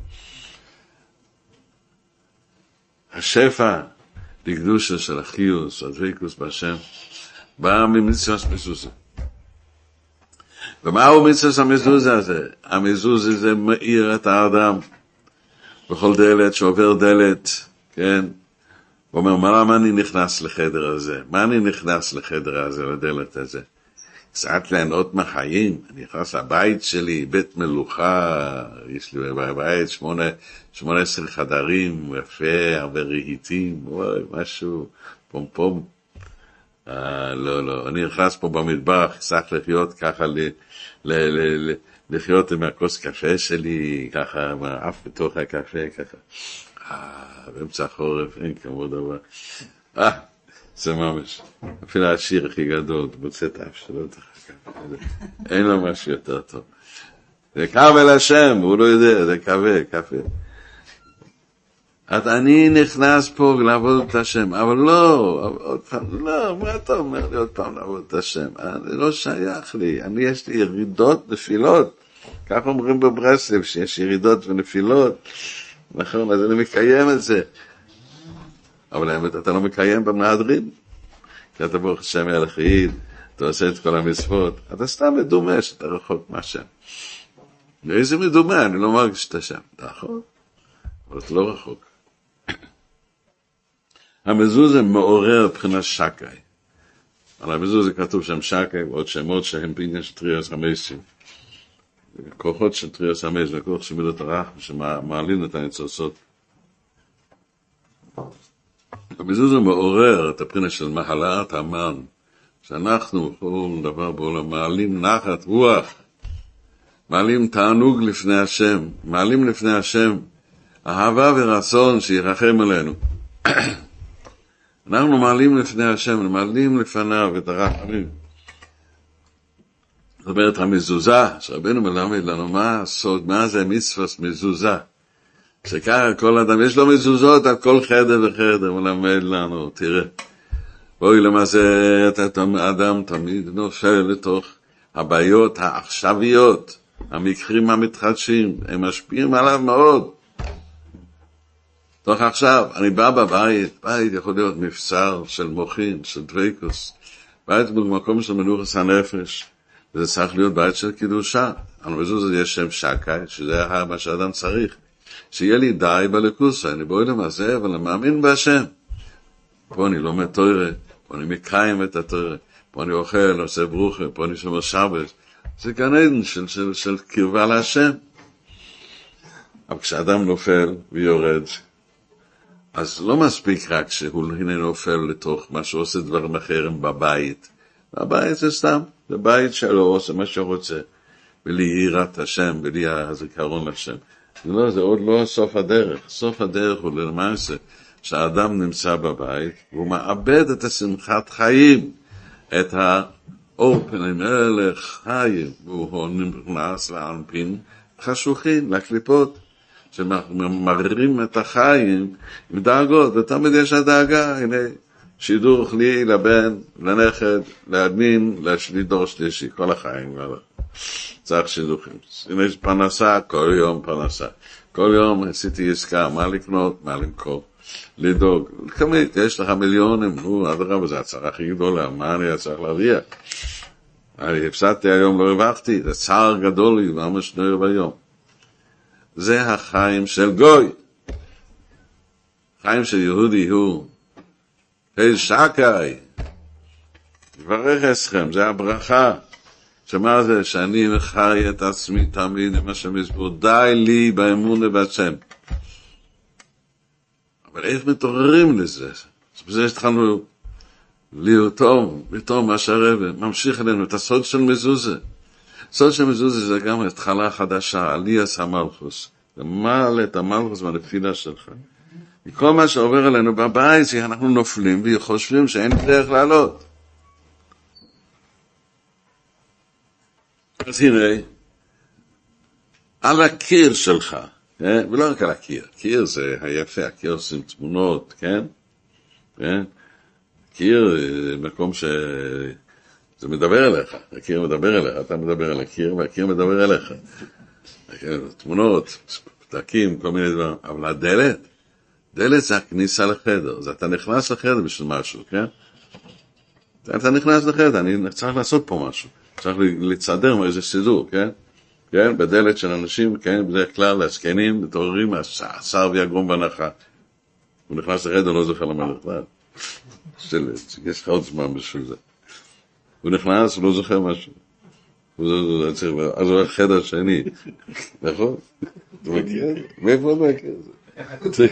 השפע, לקדושה של החיוס, הדבקות בהשם, בא ממצוות מזוזה. ומהו מצוות המזוזה הזה? המזוזה זה מאיר את האדם. בכל דלת שעובר דלת, כן? הוא אומר, מה, למה אני נכנס לחדר הזה? מה אני נכנס לחדר הזה, לדלת הזה? קצת ליהנות מהחיים, אני נכנס לבית שלי, בית מלוכה, יש לי בבית שמונה, שמונה עשר חדרים, יפה, הרבה רהיטים, אוי, משהו, פום פום. אה, לא, לא, אני נכנס פה במטבח, קצת לחיות ככה, ל, ל, ל, ל, לחיות עם הכוס קפה שלי, ככה, אף בתוך הקפה, ככה. אה, באמצע החורף, אין כמו דבר. אה, זה ממש. אפילו השיר הכי גדול, בוצאת אף שלא תחכה. אין לו משהו יותר טוב. זה קווה לשם, הוא לא יודע, זה קווה, קפה. אז אני נכנס פה לעבוד את השם, אבל לא, עוד פעם, לא, מה אתה אומר לי עוד פעם לעבוד את השם? זה לא שייך לי, אני יש לי ירידות, נפילות. כך אומרים בברסלב, שיש ירידות ונפילות. נכון, אז אני מקיים את זה. אבל האמת, אתה לא מקיים במהדרין. כי אתה ברוך השם היחיד, אתה עושה את כל המצוות, אתה סתם מדומה שאתה רחוק מהשם. איזה מדומה, אני לא מרגיש את השם. אתה יכול, אבל אתה לא רחוק. המזוזה מעורר מבחינת שקאי. על המזוזה כתוב שם שקאי, ועוד שמות שהם בעניין של טריאס המייסים. כוחות של טריאס המייסים, וכוח של מידות הרח, שמעלים את הניצוצות. המזוזה מעורר את הבחינה של מהלאת המן, שאנחנו כל דבר בעולם מעלים נחת רוח, מעלים תענוג לפני השם, מעלים לפני השם אהבה ורצון שירחם עלינו. אנחנו מעלים לפני השם, מעלים לפניו את הרחמים. זאת אומרת, המזוזה, שרבנו מלמד לנו מה הסוד, מה זה מצוות מזוזה. שככה כל אדם, יש לו מזוזות על כל חדר וחדר, מלמד לנו, תראה. בואי למעשה, האדם תמיד נופל לתוך הבעיות העכשוויות, המקרים המתחדשים, הם משפיעים עליו מאוד. תוך עכשיו, אני בא בבית, בית יכול להיות מבצר של מוחין, של דוויקוס, בית במקום של מנוחת הנפש, וזה צריך להיות בית של קידושה. אבל בזו יש שם שקאי, שזה מה שאדם צריך. שיהיה לי די בלכוסה, אני בואי למעשה, אבל אני מאמין בהשם. פה אני לומד תורה, פה אני מקיים את התורה, פה אני אוכל, עושה ברוכה, פה אני שומר שבת. זה גן עדן של, של, של קרבה להשם. אבל כשאדם נופל ויורד, אז לא מספיק רק שהוא הנה נופל לתוך מה שעושה דברים אחרים בבית. בבית זה סתם, זה בית שלו, עושה מה שרוצה, בלי יראת השם, בלי הזיכרון לשם. לא, זה עוד לא סוף הדרך. סוף הדרך הוא למעשה שהאדם נמצא בבית, והוא מאבד את השמחת חיים, את האור פנים אלה חיים, והוא נכנס לאנפין חשוכים, לקליפות, שמררים את החיים עם דאגות, ותמיד יש הדאגה, הנה, שידוך לי, לבן, לנכד, לאדמין, לדור שלישי, כל החיים, צריך שידוכים. הנה יש פרנסה, כל יום פרנסה. כל יום עשיתי עסקה, מה לקנות, מה למכור, לדאוג. כמית, יש לך מיליונים, נו, עד הרב, זה הצעה הכי גדולה, מה אני צריך להרוויח? אני הפסדתי היום, לא הרווחתי, זה צער גדול לי, מה משנוי ביום. זה החיים של גוי. חיים של יהודי הוא, היי שקאי, יברך אסכם, זה הברכה. שמה זה? שאני מחי את עצמי תמיד עם השם יסבור, די לי באמון בהשם. אבל איך מתעוררים לזה? בזה התחלנו לרתום, לרתום מה שהרב ממשיך אלינו, את הסוד של מזוזה. הסוד של מזוזה זה גם התחלה חדשה, עליית המלכוס. זה מעלה את המלכוס מהנפילה שלך. כל מה שעובר אלינו בבית, אנחנו נופלים וחושבים שאין דרך לעלות. אז הנה, על הקיר שלך, כן? ולא רק על הקיר, קיר זה היפה, הקיר עושים תמונות, כן? כן? קיר זה מקום ש... זה מדבר אליך, הקיר מדבר אליך, אתה מדבר על הקיר, והקיר מדבר אליך. תמונות, פתקים, כל מיני דברים, אבל הדלת, דלת זה הכניסה לחדר, זה אתה נכנס לחדר בשביל משהו, כן? אתה נכנס לחדר, אני צריך לעשות פה משהו. צריך לצדר מאיזה סידור, כן? כן? בדלת של אנשים, כן? בדרך כלל, להסקנים, מתעוררים, השר ויגרום בנחה. הוא נכנס לחדר, לא זוכר למה נכנס. שלט, יש לך עוד זמן בשביל זה. הוא נכנס, הוא לא זוכר משהו. אז הוא החדר שני. נכון? אתה מכיר? מאיפה אתה מכיר את זה?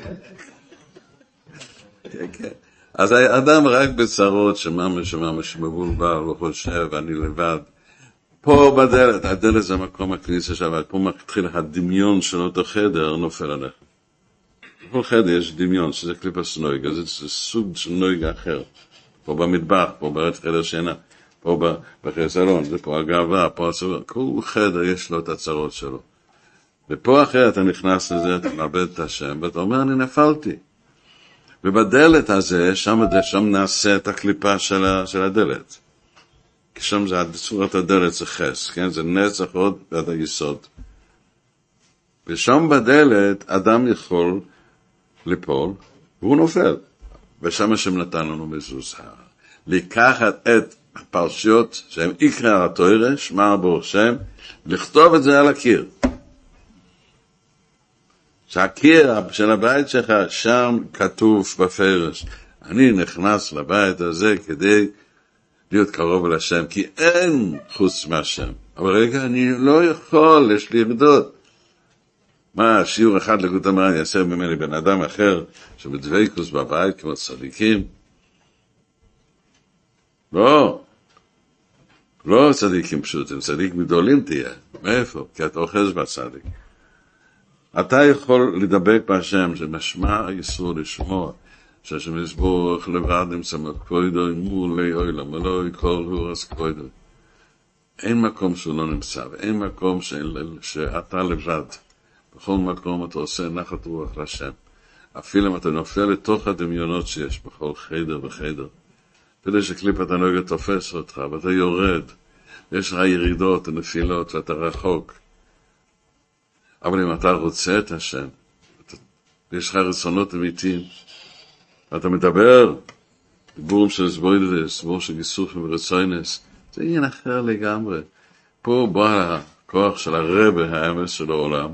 כן, כן. אז האדם רק בצרות, שממש ממש מבולבל, הוא חושב, אני לבד. פה בדלת, הדלת זה מקום הכניסה שם, פה מתחיל לך דמיון של אותו חדר, נופל עליך. בכל חדר יש דמיון, שזה קליפס נויגה, זה סוג של נויגה אחר. פה במטבח, פה בארץ חדר שינה, פה בחסלון, זה פה הגאווה, פה הצרות. כל חדר יש לו את הצרות שלו. ופה אחר אתה נכנס לזה, אתה מאבד את השם, ואתה אומר, אני נפלתי. ובדלת הזה, שם, שם נעשה את הקליפה של, ה, של הדלת. כי שם זה, צורת הדלת זה חס, כן? זה נצח עוד ועד היסוד. ושם בדלת אדם יכול ליפול, והוא נופל. ושם השם נתן לנו מזוזה. לקחת את הפרשיות שהם עיקר התורה, שמע ברוך שם, לכתוב את זה על הקיר. שהקיר של הבית שלך, שם כתוב בפרש. אני נכנס לבית הזה כדי להיות קרוב אל השם, כי אין חוץ מהשם. אבל רגע, אני לא יכול, יש לי ירדות. מה, שיעור אחד לגות המרן יעשה ממני בן אדם אחר, שבדבקות בבית כמו צדיקים? לא. לא צדיקים פשוטים, צדיק גדולים תהיה. מאיפה? כי אתה אוחז בצדיק. אתה יכול לדבק בהשם, שמשמע איסור לשמוע, שהשם יסבורך לבד נמצא מקוידו, מול לי אוילם, ולא יקול הוא אז קוידו. אין מקום שהוא לא נמצא, ואין מקום שאתה לבד. בכל מקום אתה עושה נחת רוח לשם. אפילו אם אתה נופל לתוך הדמיונות שיש בכל חדר וחדר. כדי שקליפת הנוגע תופס אותך, ואתה יורד, ויש לך ירידות ונפילות, ואתה רחוק. אבל אם אתה רוצה את השם, ויש לך רצונות אמיתיים, ואתה מדבר, דיבורים של סבוידס, דיבור של גיסופים ורצוינס, זה עניין אחר לגמרי. פה בא הכוח של הרבה, האמס של העולם,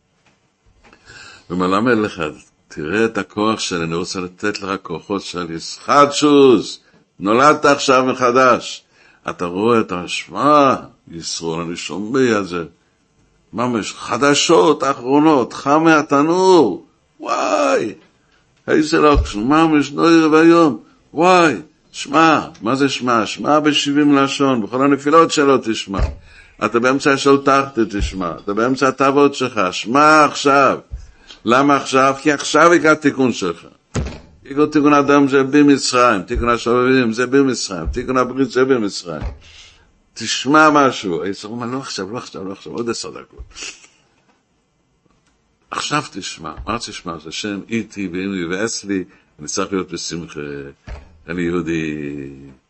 ומלמד לך, תראה את הכוח שלי, אני רוצה לתת לך כוחות של ישחדשוס, נולדת עכשיו מחדש. אתה רואה את השמע, ישרול, אני שומע את זה. ממש, חדשות אחרונות, חם מהתנור, וואי, איזה לא, ממש, נויר והיום, וואי, שמע, מה זה שמע? שמע בשבעים לשון, בכל הנפילות שלו תשמע. אתה באמצע של תחת תשמע, אתה באמצע התאבות שלך, שמע עכשיו. למה עכשיו? כי עכשיו יקע תיקון שלך. יקע תיקון אדם זה במצרים, תיקון השובבים זה במצרים, תיקון הברית זה במצרים. תשמע משהו. היצר אומר, לא עכשיו, לא עכשיו, לא עכשיו, עוד עשר דקות. עכשיו תשמע. מה תשמע? זה שם איתי ואימי ואצלי, אני צריך להיות בשמחה. אני יהודי.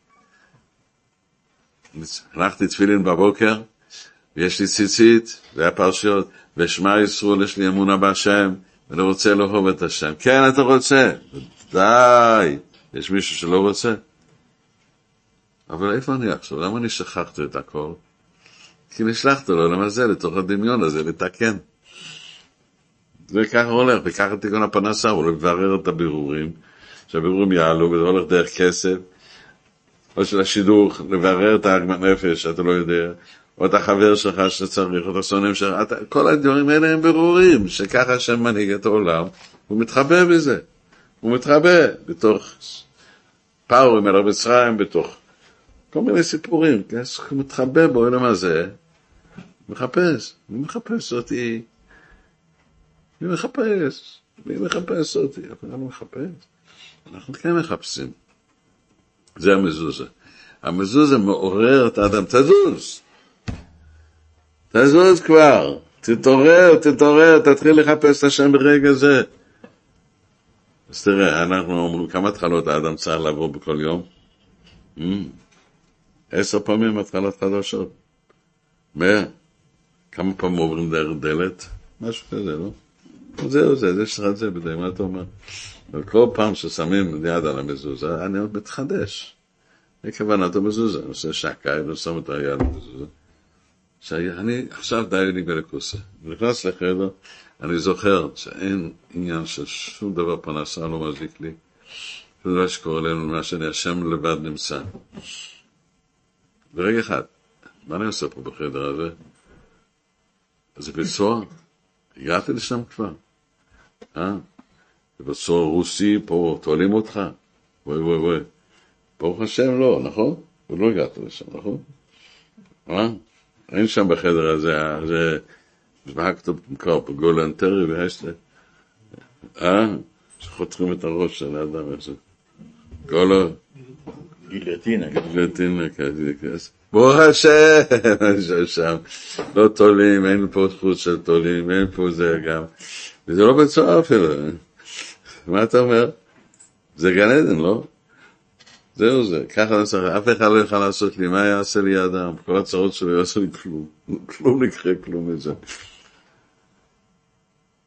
הלכתי תפילין בבוקר, ויש לי ציצית, והפרשיות, ושמע ישרול, יש לי אמונה בהשם, ואני רוצה לאהוב את השם. כן, אתה רוצה. די. יש מישהו שלא רוצה? אבל איפה אני עכשיו? למה אני שכחתי את הכל? כי נשלחת לו למזל לתוך הדמיון הזה, לתקן. זה ככה הולך, וככה תיקון הפנסה, הוא לא מברר את הבירורים, שהבירורים יעלו, וזה הולך דרך כסף, או של השידור, לברר את ההגמת נפש, שאתה לא יודע, או את החבר שלך שצריך, או את הסונים שלך, אתה, כל הדברים האלה הם ברורים, שככה השם מנהיג את העולם, הוא מתחבא בזה. הוא מתחבא בתוך פאורים אל מצרים, בתוך כל מיני סיפורים, כי הוא מתחבא בו, אלא מה זה? מחפש, מי מחפש אותי? מי מחפש? מי מחפש אותי? אנחנו מחפש. אנחנו כן מחפשים. זה המזוזה. המזוזה מעורר את האדם, תזוז. תזוז כבר. תתעורר, תתעורר, תתחיל לחפש את השם ברגע זה. אז תראה, אנחנו אומרים, כמה התחלות האדם צריך לעבור בכל יום? Mm. עשר פעמים התחלות חדשות. מאה. כמה פעמים עוברים דרך דלת? משהו כזה, לא? זהו זה, יש לך את זה בדי, מה אתה אומר? וכל פעם ששמים יד על המזוזה, אני עוד מתחדש. מכוונת המזוזה, אני עושה שקה, אני שם את היד על המזוזה. שאני עכשיו די לי בלכוסה. אני נכנס לחדר, אני זוכר שאין עניין של שום דבר פרנסה לא מזיק לי. שום דבר שקורה לנו, מה שאני השם לבד נמצא. ברגע אחד, מה אני עושה פה בחדר הזה? זה בצורה, הגעתי לשם כבר. אה? זה בצורה רוסי, פה תועלים אותך. וואי וואי וואי. ברוך השם לא, נכון? ולא הגעת לשם, נכון? אה? אין שם בחדר הזה, זה, שבהקטוב מקרא פה גולנטרי והשתה. אה? שחותכים את הראש של האדם הזה. גולו. גילטינה. גילטינה, כזה. ברוך השם, שם. לא תולים, אין פה חוץ של תולים, אין פה זה גם. וזה לא בצורה אפילו. מה אתה אומר? זה גן עדן, לא? זהו זה, ככה לא צריך, אף אחד לא יוכל לעשות לי, מה יעשה לי האדם? כל הצרות שלו יעשה לי כלום, כלום נקחה כלום מזה.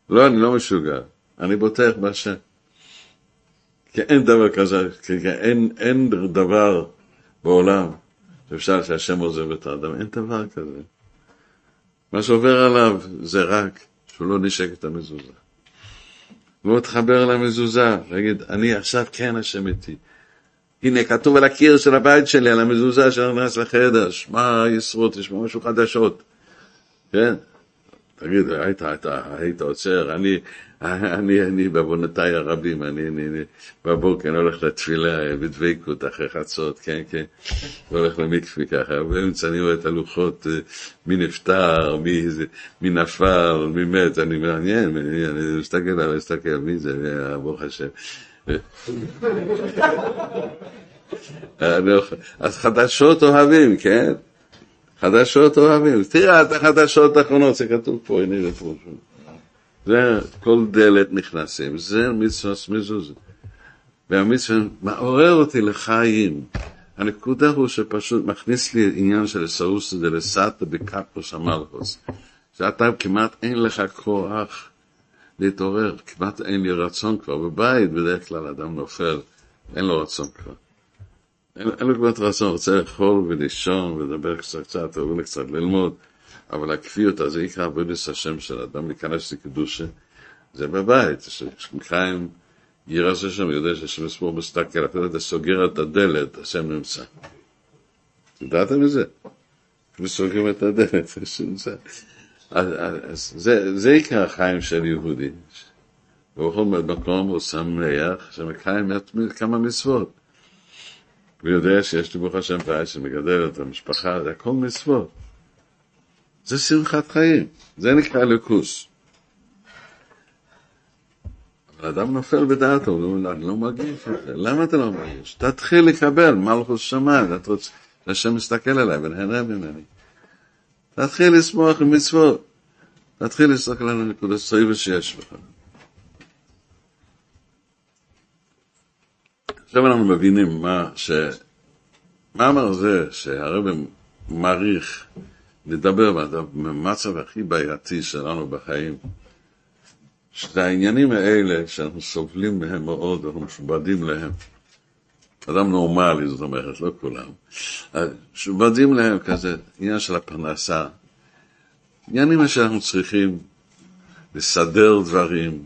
לא, אני לא משוגע. אני בוטח בהשם. כי אין דבר כזה, כי אין, אין דבר בעולם שאפשר שהשם עוזב את האדם. אין דבר כזה. מה שעובר עליו זה רק שהוא לא נשק את המזוזה. הוא מתחבר למזוזה, להגיד, אני עכשיו כן השם איתי. הנה, כתוב על הקיר של הבית שלי, על המזוזה שנכנס לחדר, שמע ישרות, תשמע משהו חדשות. כן? תגיד, היית, היית, היית עוצר, אני, אני, אני, בעוונותיי הרבים, אני, אני, אני, בבוקר, אני הולך לתפילה, בדבקות, אחרי חצות, כן, כן, הולך למקפי ככה, באמצע אני רואה את הלוחות, מי נפטר, מי, מי נפל, מי מת, אני מעניין, אני, אני מסתכל, אני מסתכל, מי זה, ברוך השם. אז חדשות אוהבים, כן? חדשות אוהבים. תראה את החדשות האחרונות, זה כתוב פה, הנה זה פה. זה כל דלת נכנסים, זה מצווה מזוזה. והמצווה מעורר אותי לחיים. הנקודה הוא שפשוט מכניס לי עניין של סאוס דלסאטה בקפוס המלכוס. שאתה כמעט אין לך כוח להתעורר, כמעט אין לי רצון כבר. בבית בדרך כלל אדם נופל, אין לו רצון כבר. אין, אין לו כמעט רצון, רוצה לאכול ולישון ולדבר קצת קצת, או קצת ללמוד. אבל הכפיות הזה יקרא עבודת השם של אדם, להיכנס לקדושה, זה בבית. כשחיים ירס השם, יודע שהשם מספור מסתכל, אפילו אתה סוגר את הדלת, השם נמצא. תדעתם את זה? וסוגרים את הדלת, השם נמצא. אז, אז זה, זה יקרא החיים של יהודי. ובכל מקום הוא שמח שמקיים כמה מצוות. הוא יודע שיש לי ברוך השם בית שמגדל את המשפחה, זה הכל מצוות. זה שמחת חיים, זה נקרא לקוס. אבל אדם נופל בדעתו, הוא אומר, אני לא מרגיש את זה. למה אתה לא מרגיש? תתחיל לקבל מלכות שמיים, השם מסתכל עליי ונהנה ממני. תתחיל לשמוח עם מצוות. תתחיל להסתכל על הנקודה סביבה שיש לך. עכשיו אנחנו מבינים מה ש... מה אמר זה שהרב מעריך לדבר במצב הכי בעייתי שלנו בחיים, שזה העניינים האלה שאנחנו סובלים מהם מאוד, אנחנו משובדים להם. אדם נורמלי, זאת אומרת, לא כולם. משובדים להם כזה, עניין של הפרנסה. עניינים שאנחנו צריכים לסדר דברים,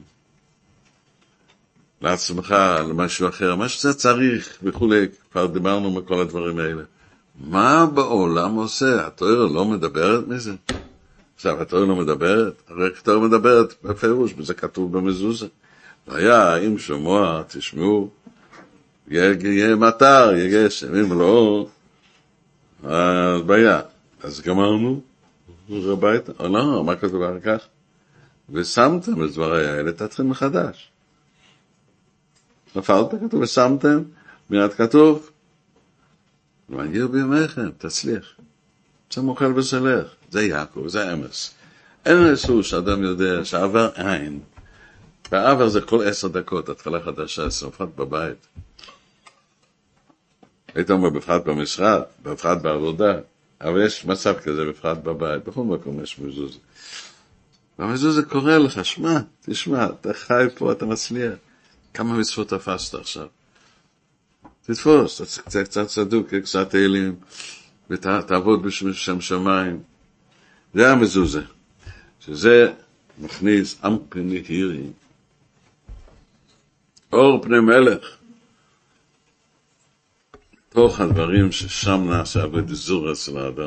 לעצמך, למשהו אחר, מה שאתה צריך וכולי, כבר דיברנו מכל הדברים האלה. מה בעולם עושה? התורה לא מדברת מזה? עכשיו, התורה לא מדברת? הרי התורה מדברת בפירוש, וזה כתוב במזוזה. היה, אם שמוע, תשמעו, יהיה מטר, יהיה גשם, אם לא, אז בעיה. אז גמרנו, הביתה, או לא, מה כתוב אחר כך? ושמתם את דברי האלה, תתחיל מחדש. נפלת כתוב, ושמתם, מיד כתוב, ומגיע בימיכם, תצליח. זה מוכל וסלח, זה יעקב, זה אמס. אמס הוא שאדם יודע שעבר אין, והעבר זה כל עשר דקות, התחלה חדשה, בפרט בבית. היית אומר, בפרט במשרד, בפרט בעבודה, אבל יש מצב כזה בפרט בבית, בכל מקום יש מזוזה. והמזוזה קורא לך, שמע, תשמע, אתה חי פה, אתה מצליח. כמה מצוות תפסת עכשיו? תתפוס, קצת, קצת צדוק, קצת תהילים, ותעבוד בשם שמיים. זה המזוזה, שזה מכניס עם פני הירי, אור פני מלך, תוך הדברים ששם נעשה עבוד זור אצל האדם.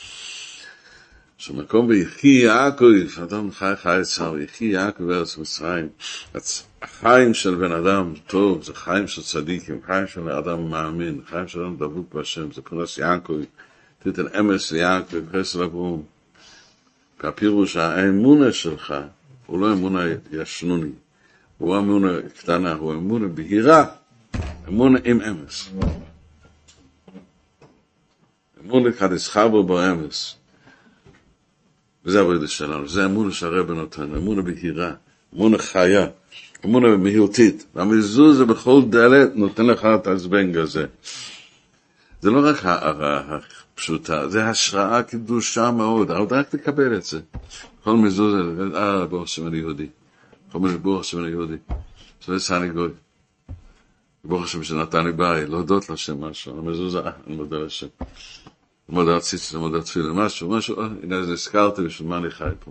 שמקום ביחי יעקב, אדם חי חי צר, יחי יעקב בארץ מצרים, החיים של בן אדם טוב, זה חיים של צדיקים, חיים של אדם מאמין, חיים של אדם דבוק בהשם, זה פרנס יעקב, תיתן אמס ליעקב, חסר אברום. והפירוש, האמונה שלך, הוא לא אמונה ישנוני, הוא אמונה קטנה, הוא אמונה בהירה, אמונה עם אמס. אמונה כדס חבר באמס. וזה עבודה שלנו, זה אמונה שהרב נותן, אמונה בהירה, אמונה חיה, אמונה מהירתית. והמזוזה בכל דלת נותן לך את הזבנג הזה. זה לא רק הערה הפשוטה, זה השראה קדושה מאוד, אבל רק תקבל את זה. כל מזוזה, אה, בוא שם אני יהודי. חומש ברוך השם ליהודי. שלא יצאני גוי. ברוך השם שנתן לי בית, להודות לשם משהו. המזוזה, אני מודה לשם. מודה הציץ, מודה תפילה, משהו, משהו, הנה זה הזכרתי בשביל מה אני חי פה.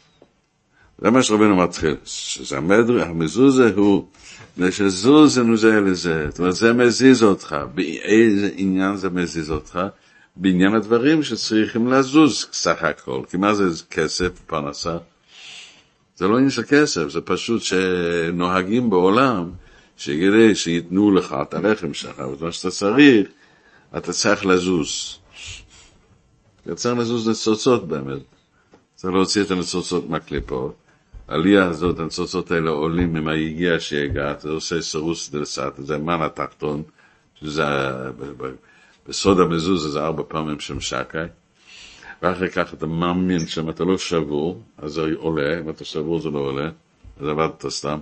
זה מה שרבנו מתחיל, שזה המדרי, המזוזה הוא, שזוזה נוזה לזה, זאת אומרת, זה מזיז אותך, באיזה עניין זה מזיז אותך, בעניין הדברים שצריכים לזוז סך הכל, כי מה זה כסף, פרנסה? זה לא עניין של כסף, זה פשוט שנוהגים בעולם, שכדי שיתנו לך את הלחם שלך, ואת מה שאתה צריך, אתה צריך לזוז. אתה צריך לזוז לצוצות באמת. צריך להוציא את הניצוצות מהקליפות. העלייה הזאת, הניצוצות האלה עולים ממה הגיע שהגעת, זה עושה סירוס דלסת, זה מן התחתון, שזה בסוד המזוז, זה ארבע פעמים שם שקי, ואחרי כך אתה מאמין שאם אתה לא שבור, אז זה עולה, אם אתה שבור זה לא עולה, אז עבדת סתם.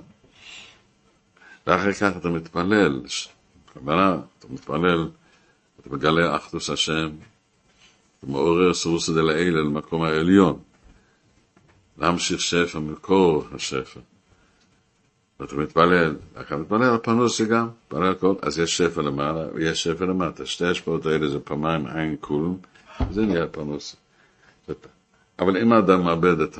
ואחרי כך אתה מתפלל, כמובן, אתה מתפלל, אתה מגלה אחדוס השם, אתה מעורר סירוס דלעילה למקום העליון, להמשיך שפע, מקור השפע. ואתה מתפלל, אתה מתפלל על פרנוסה גם, מתפלל על כל, אז יש שפע למעלה, ויש שפע למטה. שתי השפעות האלה זה פעמיים עין כולם, זה נהיה פרנוסה. אבל אם האדם מאבד את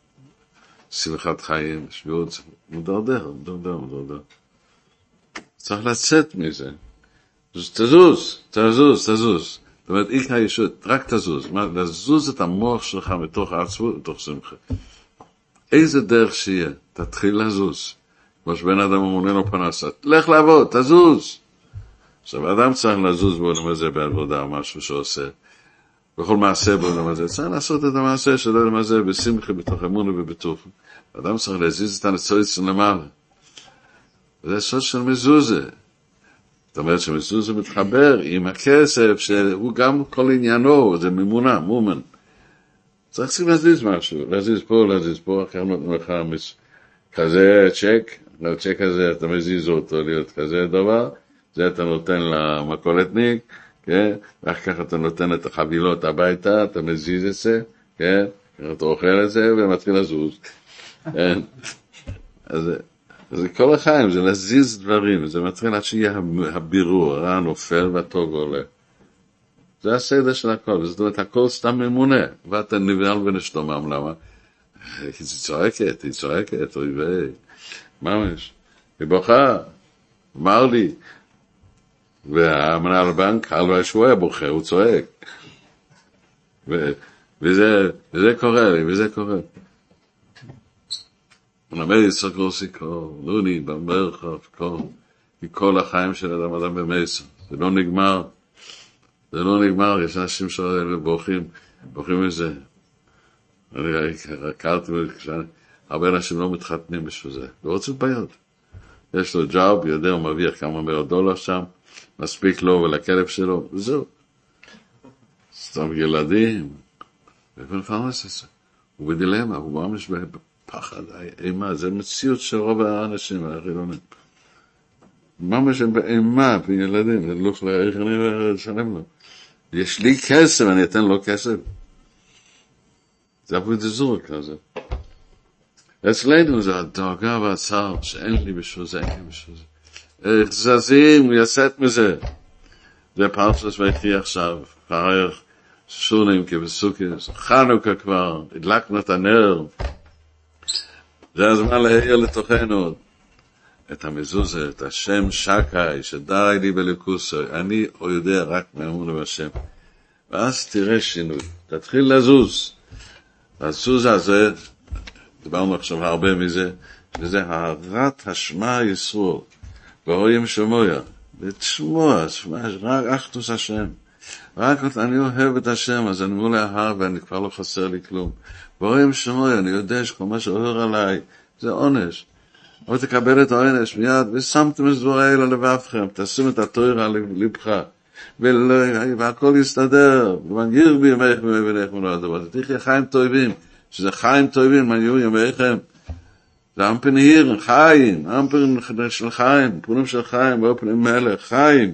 השמחת חיים, שביעות, הוא דרדר, דרדר, דרדר. צריך לצאת מזה. תזוז, תזוז, תזוז. זאת אומרת, איך הישות, רק תזוז. לזוז את המוח שלך מתוך העצבות, מתוך שמחה. איזה דרך שיהיה, תתחיל לזוז. כמו שבן אדם אמונה לו פרנסה, לך לעבוד, תזוז. עכשיו, האדם צריך לזוז בעולם הזה בעבודה, משהו שעושה. בכל מעשה בעולם הזה, צריך לעשות את המעשה של העולם הזה בשמחה, בתוך אמונה ובטוח. האדם צריך להזיז את הנצוץ למעלה. וזה סוד של מזוזה. זאת אומרת שמזוזה מתחבר עם הכסף, שהוא גם כל עניינו, זה ממונה, מומן. צריך צריכים להזיז משהו, להזיז פה, להזיז פה, אחר נותנים לך כזה צ'ק, הצ'ק הזה אתה מזיז אותו להיות כזה דבר, זה אתה נותן למקולטניק, כן? ואחר כך אתה נותן את החבילות הביתה, אתה מזיז את זה, כן? אתה אוכל את זה ומתחיל לזוז. כן? אז זה כל החיים, זה להזיז דברים, זה מתחיל עד שיהיה הבירור, הרע נופל והטוב עולה. זה הסדר של הכל, זאת אומרת, הכל סתם ממונה, ואתה נבהל ונשתומם, למה? היא צועקת, היא צועקת, אוי ואי, ממש, היא בוכה, אמר לי, והמנהל הבנק, הלוואי שהוא היה בוכה, הוא צועק, ו- וזה, וזה קורה לי, וזה קורה. אני אומר, יסקרו סיקרו, לוני, במרחב, כל, כי כל החיים של אדם אדם במסע, זה לא נגמר, זה לא נגמר, יש אנשים שבורחים, בורחים מזה. אני הכרתי, הרבה אנשים לא מתחתנים בשביל זה, לא רוצים בעיות. יש לו ג'אב, יודע, הוא מרוויח כמה מאות דולר שם, מספיק לו ולכלב שלו, וזהו. סתם ילדים, ונפרנס את זה. הוא בדילמה, הוא ממש בפחד, אימה, זה מציאות של רוב האנשים, החילונים. ממש הם באימה, בילדים, זה לוח איך אני אשלם לו. יש לי כסף, אני אתן לו כסף. זה עבוד זור כזה. אצלנו זה הדאגה והצער, שאין לי בשביל זה, אין לי בשביל זה. איך זזים, הוא יצאת מזה. זה פרשת ויחי עכשיו, פרח, שונים כבסוכס, חנוכה כבר, הדלקנו את הנר. זה הזמן להעיר לתוכנו את המזוזה, את השם שקי, שדאי לי בלכוסו, אני יודע רק מאמונה בשם. ואז תראה שינוי, תתחיל לזוז. לזוז הזה, דיברנו עכשיו הרבה מזה, שזה הערת השמע ישרור, ורואים שמויה, ותשמוע, רק אחדוס השם. רק אני אוהב את השם, אז אני מול ההר ואני כבר לא חסר לי כלום. ורואים שמויה, אני יודע שכל מה שעובר עליי, זה עונש. אבל תקבל את העונש מיד, ושמתם את דברי האלה לבבכם, תשים את התורה על לבך, והכל יסתדר, ומגיר בי ימייך ומבינך מנוע דבר. תחיה חיים טובים, שזה חיים טובים, מגיעו ימייכם. זה אמפן נהיר, חיים, אמפן של חיים, פונים של חיים, ואופנים מלך, חיים.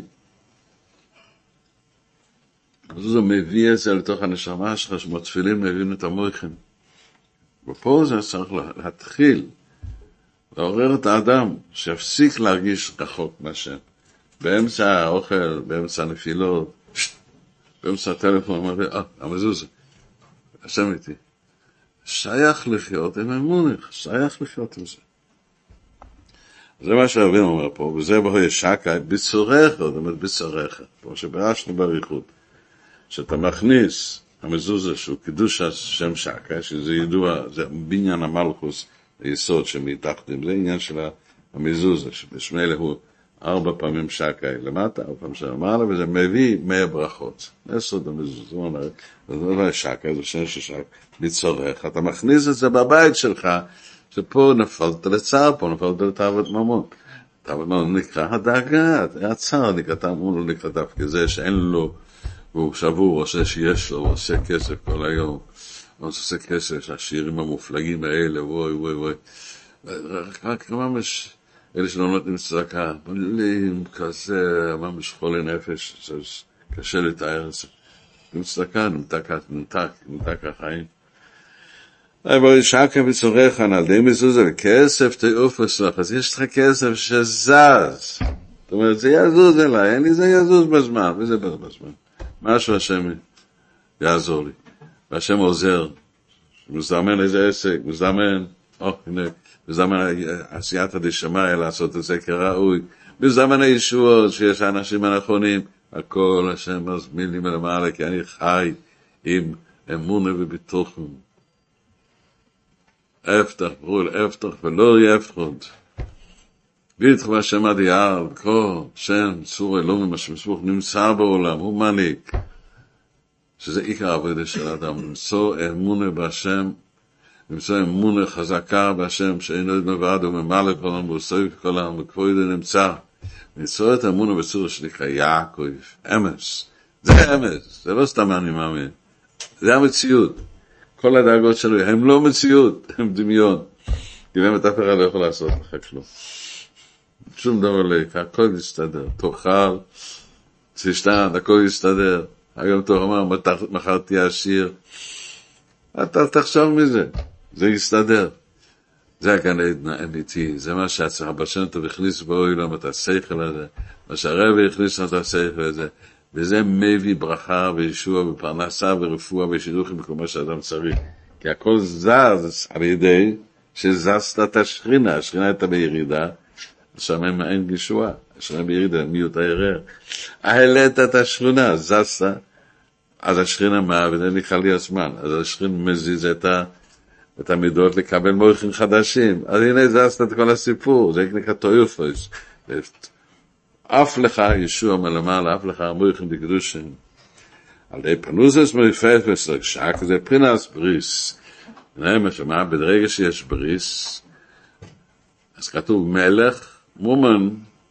אז זה מביא את זה לתוך הנשמה שלך, שמתפילים מביאים את המויכם. ופה זה צריך להתחיל, לעורר את האדם, שיפסיק להרגיש רחוק מהשם. באמצע האוכל, באמצע הנפילות, באמצע הטלפון, אומר לי, אה, המזוזה, השם איתי. שייך לחיות עם אמונך, שייך לחיות עם זה. זה מה שהרבינו אומר פה, וזה בו ישקה, בצורך, זאת אומרת, בצורך, כמו שברשנו בריחות, שאתה מכניס המזוזה שהוא קידוש השם שקה, שזה ידוע, זה בניין המלכוס, היסוד שמתחתים, זה עניין של המזוזה, שבשמאלה הוא ארבע פעמים שקה למטה, ארבע פעמים שלמעלה, וזה מביא מאה ברכות. זה סוד המזוזה, זה אומר, זה לא שקה, זה שם ששקה, בצורך, אתה מכניס את זה בבית שלך, שפה נפלת לצער, פה נפלת לתאוות ממון. תאוות ממון נקרא הדאגה, הצער נקרא, תאמון לא נקרא דווקא זה שאין לו, והוא שבור, עושה שיש לו, הוא עושה כסף כל היום, הוא עושה כסף, השירים המופלגים האלה, וואי וואי וואי. רק ממש, אלה שלא נותנים צדקה, במילים כזה, ממש חולי נפש, קשה לתאר את זה. עם צדקה, נמתק, נמתק, נמתק החיים. אבל שקה בצורך על די מזוזה, וכסף תעופס לך, אז יש לך כסף שזז. זאת אומרת, זה יזוז אליי, אין לי זה יזוז בזמן, וזה בזמן. משהו השם יעזור לי. והשם עוזר, מזמן איזה עסק, מזמן, או, הנה, מזמן עשיית הדשמיא לעשות את זה כראוי, מזמן הישועות שיש האנשים הנכונים, הכל השם מזמין לי מלמעלה, כי אני חי עם אמונה וביטוחם. אפתח, ברול, אפתח, ולא יפחוד. ביטח והשם הדיער, כל שם, צור אלוהים, מה שמסבוך נמצא בעולם, הוא מניק. שזה עיקר העבודה של האדם, למצוא אמונה בהשם, למצוא אמונה חזקה בהשם, שאינו נבד וממלא כל העם, ועושה כל העם, וכבוד נמצא. למצוא את האמונה בצורה שנקרא יעקב, אמס. זה אמס, זה לא סתם אני מאמין. זה המציאות. כל הדאגות שלו, הם לא מציאות, הם דמיון. כי באמת אף אחד לא יכול לעשות לך כלום. שום דבר לא יקרה, הכל יסתדר. תאכל, תשתן, הכל יסתדר. היום תוך אמר, מחר תהיה עשיר. אתה תחשוב מזה, זה יסתדר. זה הגן עדן האמיתי, זה מה שהצלחה בשם טוב הכניס באוילום את השכל הזה, מה שהרבי הכניס את השכל הזה, וזה מביא ברכה וישוע ופרנסה ורפואה ושידוכים בכל מה שאדם צריך. כי הכל זז על ידי שזזת את השכינה, השכינה הייתה בירידה, שם אין גישוע, השכינה בירידה, מיות הערר. העלית את השכינה, זזת, אז השכינה מה, וזה נקרא לי הזמן, אז השכינה מזיז את, ה, את המידות לקבל מויכים חדשים, אז הנה זזת את כל הסיפור, זה נקרא טויופוס, אף לך ישוע מלמעלה, אף לך מויכים בקדושים, על די פנוזס מריפת וסרגשק, זה פרינס בריס, נראה שמה, ברגע שיש בריס, אז כתוב מלך מומן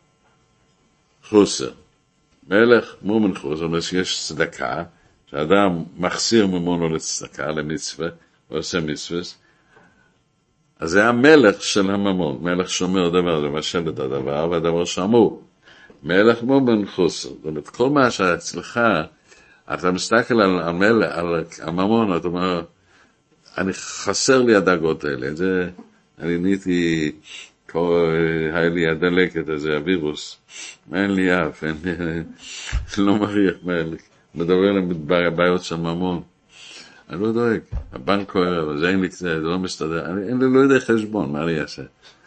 חוסר, מלך מומן חוסר, זאת שיש צדקה, שאדם מחסיר ממונו לצדקה, למצווה, הוא עושה מצווה, אז זה המלך של הממון, מלך שומר דבר, זה משל את הדבר, והדבר שמור, מלך מומן חוסר, זאת אומרת, כל מה שאצלך, אתה מסתכל על המלך, על הממון, אתה אומר, אני חסר לי הדאגות האלה, זה, אני נהייתי, היה לי הדלקת הזה, הווירוס, אין לי אף, אין לי, לא מריח, מדבר להם בעיות של ממון, אני לא דואג, הבנק כואב, זה אין לי קצת, זה לא מסתדר, אני אין לי, לא יודע חשבון, מה אני אעשה?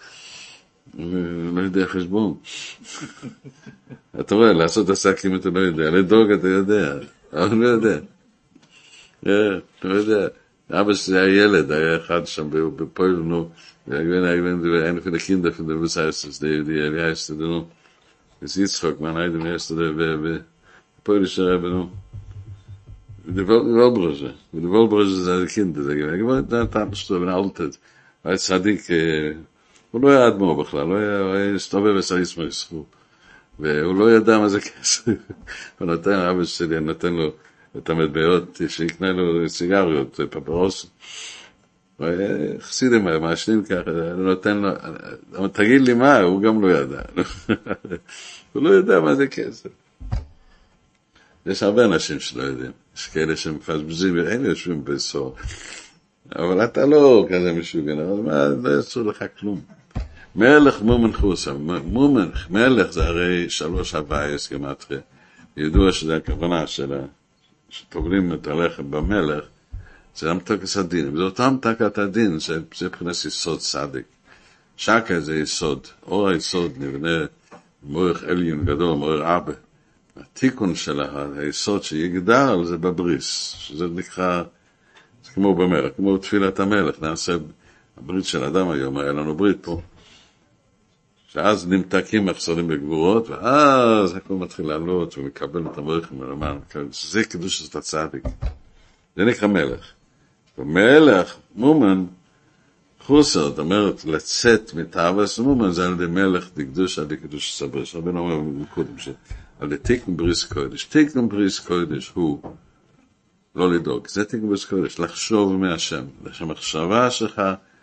לא יודע חשבון. אתה רואה, לעשות עסקים אתה לא יודע, לדאוג אתה יודע, אבל לא יודע. לא יודע. אבא שלי היה ילד, היה אחד שם בפועל, נו, ואין אין für die Kinder von der was heißt es die die heißt du no es ist Schock man hat mir erst der polnische Rebbe no die Wohlbrüche die Wohlbrüche sind die Kinder da gewesen da da stehen altet weil Sadik הוא לא ידע מה בכלל, לא היה הסתובב וסריס מהסחור, והוא לא ידע מה זה כסף. הוא נתן, אבא שלי נתן לו את המטבעות, שיקנה לו סיגריות, פפרוס, חסידים מעשנים ככה, הוא נותן לו, תגיד לי מה, הוא גם לא ידע. הוא לא ידע מה זה כסף. יש הרבה אנשים שלא יודעים, יש כאלה שמפזבזים, אין יושבים בסור. אבל אתה לא כזה משוגע, אבל מה, לא יצאו לך כלום. מלך מומן חוסה, מומן, מלך זה הרי שלוש הבייס גמטריה. ידוע שזה הכוונה שלה, שטובלים את הלחם במלך, זה המתקס הדין, זה אותם תקת הדין, זה, זה מבחינת יסוד צדיק. שקה זה יסוד, אור היסוד נבנה מורך עליון גדול, מורך אבא. התיקון של היסוד שיגדל זה בבריס, שזה נקרא, זה כמו במלך, כמו תפילת המלך, נעשה הברית של אדם היום, היה לנו ברית פה. שאז נמתקים מחסרים בגבורות, ואז הכל מתחיל לעלות, ומקבל את המוריכים ולומר, זה קדוש של הצדיק. זה נקרא מלך. ומלך, מומן, חוסר, זאת אומרת, לצאת מתאווס מומן, זה על ידי מלך דקדוש, על ידי קדוש סברש. רבינו אומר מקודם, שעל ידי תיקון בריס קודש. תיקון בריס קודש הוא לא לדאוג. זה תיקון בריס קודש, לחשוב מהשם. שהמחשבה שלך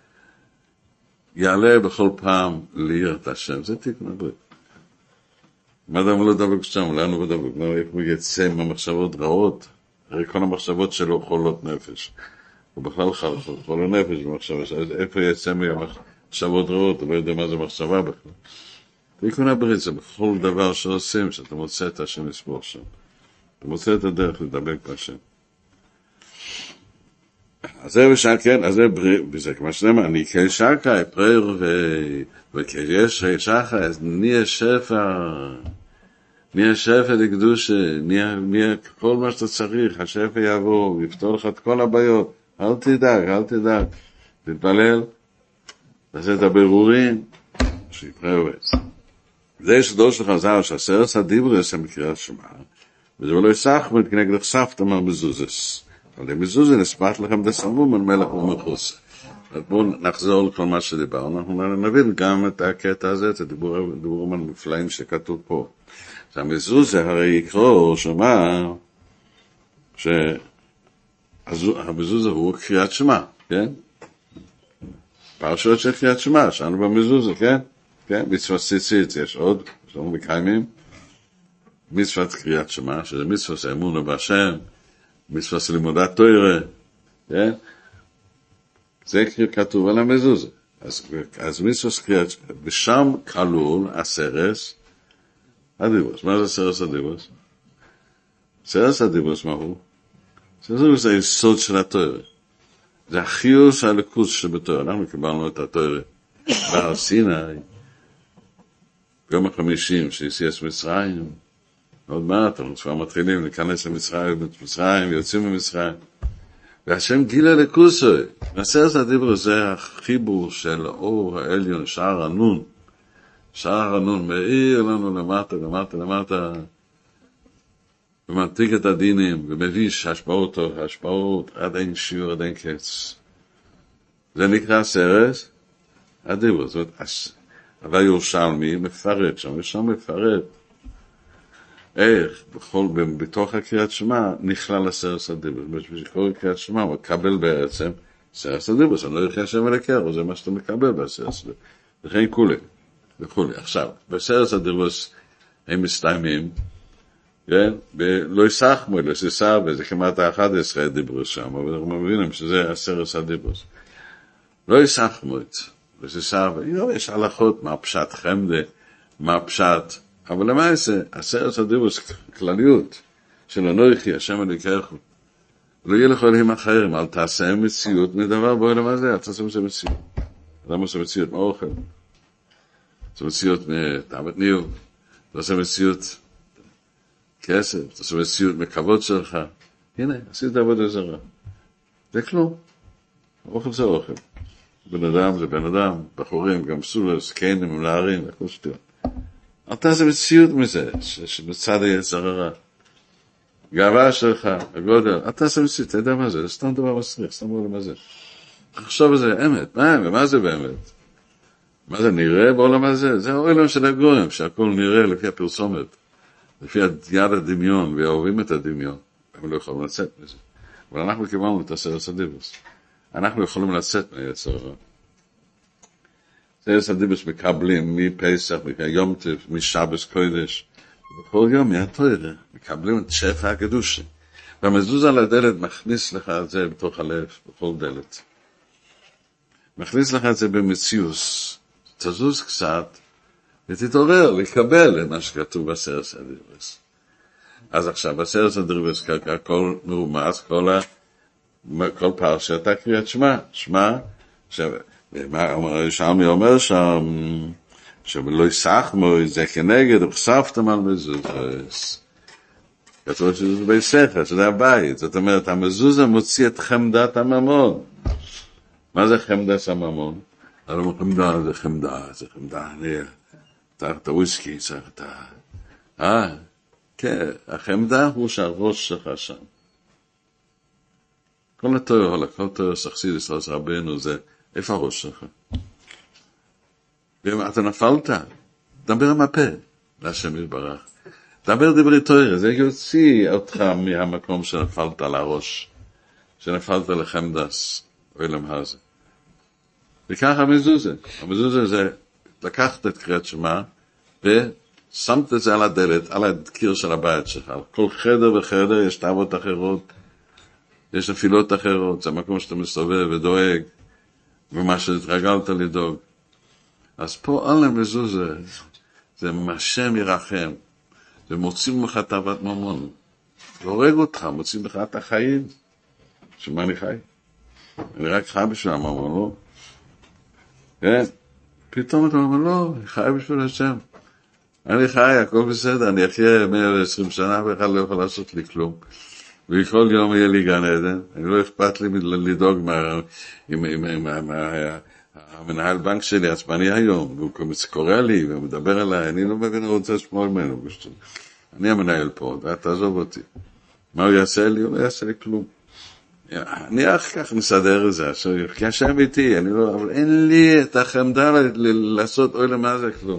יעלה בכל פעם ליר את השם. זה תיקון הברית. מה אדם לא דבק שם? לאן הוא דבק? איך הוא יצא מהמחשבות רעות? הרי כל המחשבות שלו חולות נפש. הוא בכלל חול הנפש במחשבה. איפה יצא מהמחשבות רעות? הוא לא יודע מה זה מחשבה בכלל. תיקון הברית זה בכל דבר שעושים, שאתה מוצא את השם לסבור שם. אתה מוצא את הדרך לדבק בהשם. אז זה ושעה, כן, אז זה בריא, וזה כמו שנאמר, אני כשקה, פריר וכשיש שחה, אז נהיה שפע, נהיה שפע לקדושה, נהיה כל מה שאתה צריך, השפע יעבור, יפתור לך את כל הבעיות, אל תדאג, אל תדאג, תתפלל, תעשה את הבירורים, שיפריר וזה. זה יסודו של חז"ל, שעשרת הדיברס הם בקריאת שמע, וזה לא יסחמד כנגד חשפתם על מזוזס. אבל מזוזה נספת לכם דסמום על מלך ומחוס. אז בואו נחזור לכל מה שדיברנו, אנחנו נבין גם את הקטע הזה, את הדיבורים המופלאים שכתוב פה. אז המזוזה הרי יקרוא, שמע, שהמזוזה הוא קריאת שמע, כן? פרשות של קריאת שמע, שאנו במזוזה, כן? כן? מצוות ציצית, יש עוד, יש לנו מקיימים. מצוות קריאת שמע, שזה מצוות האמונה בהשם, מצוות לימודת תורה, כן? זה כתוב על המזוזה. אז, אז מצוות קריאת שמע, ושם כלול הסרס הדיבוס. מה זה סרס הדיבוס? סרס הדיבוס מה הוא? סרס הדיבוס זה היסוד של התורה. זה החיוס הלכוס שבתורה. אנחנו קיבלנו את התורה בהר סיני, ביום החמישים שיסיס מצרים, עוד מעט, אנחנו כבר מתחילים להיכנס למצרים, מצרים, יוצאים ממצרים. והשם גילה לכוסוי. הסרס הדיבור זה החיבור של אור העליון, שער הנון. שער הנון מאיר לנו למטה, למטה, למטה, ומעתיק את הדינים, ומביש השפעות, השפעות, עד אין שיעור, עד אין קץ. זה נקרא סרס הדיבור. זאת אומרת, אבל ירושלמי מפרט שם, ושם מפרט. איך בכל, בתוך הקריאת שמע נכלל הסרס הדיבוס. בשביל קריאת שמע הוא מקבל בעצם סרס הדיבוס. אני לא יכולה שם ולקר, זה מה שאתה מקבל בסרס הדיבוס. וכן כולי, וכולי. עכשיו, בסרס הדיבוס הם מסתיימים, כן? ולא יסחמו, לא יסחר, וזה כמעט ה-אחד עשר דיבוס שם, אבל אנחנו מבינים שזה הסרס הדיבוס. לא יסחמו את זה. לא יסחר, ויש הלכות, מה פשט חמדה, מה פשט, אבל למעשה, הסרס הדיבוס כלליות של אנוכי, השם אלוקיך, לא יהיה לך אלוהים אחרים, אל תעשה מציאות מדבר בו אלא מה זה, אל תעשה מציאות. אדם עושה מציאות מאוכל, עושה מציאות מתאמת ניהול, עושה מציאות כסף, עושה מציאות מכבוד שלך. הנה, עשית עבודה זרה. זה כלום. אוכל זה אוכל. בן אדם זה בן אדם, בחורים, גם סולס, קיינים, לערים, הכל שטויות. אתה זה מציאות מזה, שבצד היצר הרע. גאווה שלך, הגודל, אתה זה מציאות, אתה יודע מה זה, זה סתם דבר מסריח, סתם דבר מה זה. עכשיו זה אמת, מה אמת, מה זה באמת? מה זה נראה בעולם הזה? זה העולם של הגויים, שהכל נראה לפי הפרסומת, לפי יד הדמיון, ואוהבים את הדמיון, הם לא יכולים לצאת מזה. אבל אנחנו קיבלנו את הסרס הדיבוס. אנחנו יכולים לצאת מהיצר הרע. סרס הדיבוס מקבלים מפסח, מיום טוב, משבס קודש, בכל יום מהתורה, מקבלים את שפע הקדושה. והמזוזה על הדלת מכניס לך את זה בתוך הלב, בכל דלת. מכניס לך את זה במציאוס, תזוז קצת, ותתעורר, לקבל את מה שכתוב בעשרת הדיברות. אז עכשיו, בעשרת הדיברות, הכל מרומז, כל, ה, כל פרשת הקריאת שמע, שמע, שמי אומר שם, שלא יסחמו, זה כנגד, וחשפתם על מזוזס. כתוב שזה בית סכר, שזה הבית. זאת אומרת, המזוזה מוציא את חמדת הממון. מה זה חמדת הממון? הרי חמדה זה חמדה, זה חמדה, אני צריך את הוויסקי, צריך את ה... אה, כן, החמדה הוא שהראש שלך שם. כל התיאור, כל התיאור שחסיד ישראל רבנו זה, איפה הראש שלך? ואם אתה נפלת, דבר עם הפה, להשם יתברך. דבר דברי תורה, זה יוציא אותך מהמקום שנפלת על הראש, שנפלת לחמדס, אוילם הזה. וככה המזוזה, המזוזה זה לקחת את קריאת שמע, ושמת את זה על הדלת, על הקיר של הבית שלך. על כל חדר וחדר יש תאוות אחרות, יש נפילות אחרות, זה מקום שאתה מסתובב ודואג, ומה שהתרגלת לדאוג. אז פה על המזוזה, זה מה שם ירחם, זה מוצאים לך תאוות ממון, זה הורג אותך, מוצאים לך את החיים, שמה אני חי? אני רק חי בשביל הממון, לא? כן? פתאום אתה אומר, לא, אני חי בשביל השם. אני חי, הכל בסדר, אני אחיה מאה ועשרים שנה, ואחד לא יכול לעשות לי כלום. וכל יום יהיה לי גן עדן, אני לא אכפת לי לדאוג עם המנהל בנק שלי, עצבני היום, והוא קורא לי, והוא מדבר אליי, אני לא מבין, הוא רוצה לשמוע ממנו. אני המנהל פה, תעזוב אותי. מה הוא יעשה לי? הוא לא יעשה לי כלום. אני אחר כך מסדר את זה, כי השם איתי, אני לא, אבל אין לי את החמדה לעשות אוי למה זה כלום.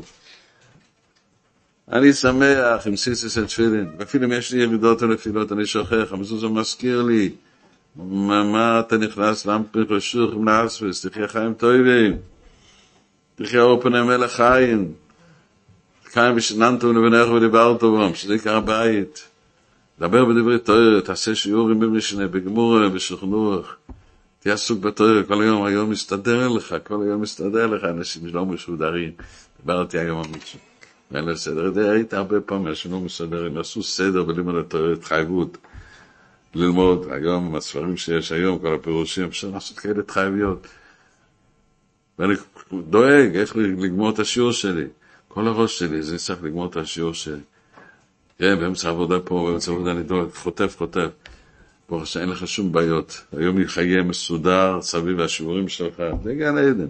אני שמח עם סיסיס התפילין, ואפילו אם יש לי ירידות ונפילות, אני שוכח, המזוזה מזכיר לי, מה, מה אתה נכנס להמפיך לשוך עם לאספס, תחיה חיים טובים, תחיה אור פני מלך חיים, חיים ושננתו ונבנך ודיברתו בהם, שזה יקר הבית. דבר בדברי תורה, תעשה שיעורים במשנה, בגמור, בשכנוח, תהיה עסוק בתורה, כל היום, היום מסתדר לך, כל היום מסתדר לך, אנשים לא משודרים. דיברתי היום המצווה. ואין לה סדר, ראית הרבה פעמים, אנשים לא מסדרים, עשו סדר בלימוד התורה, התחייבות, ללמוד, היום, הספרים שיש היום, כל הפירושים, אפשר לעשות כאלה התחייבויות. ואני דואג, איך לגמור את השיעור שלי. כל הראש שלי, זה צריך לגמור את השיעור שלי. כן, באמצע עבודה פה, באמצע עבודה אני דואג, חוטף, חוטף. ברוך שאין לך שום בעיות. היום יחיה מסודר, סביב השיעורים שלך, זה גן עדן.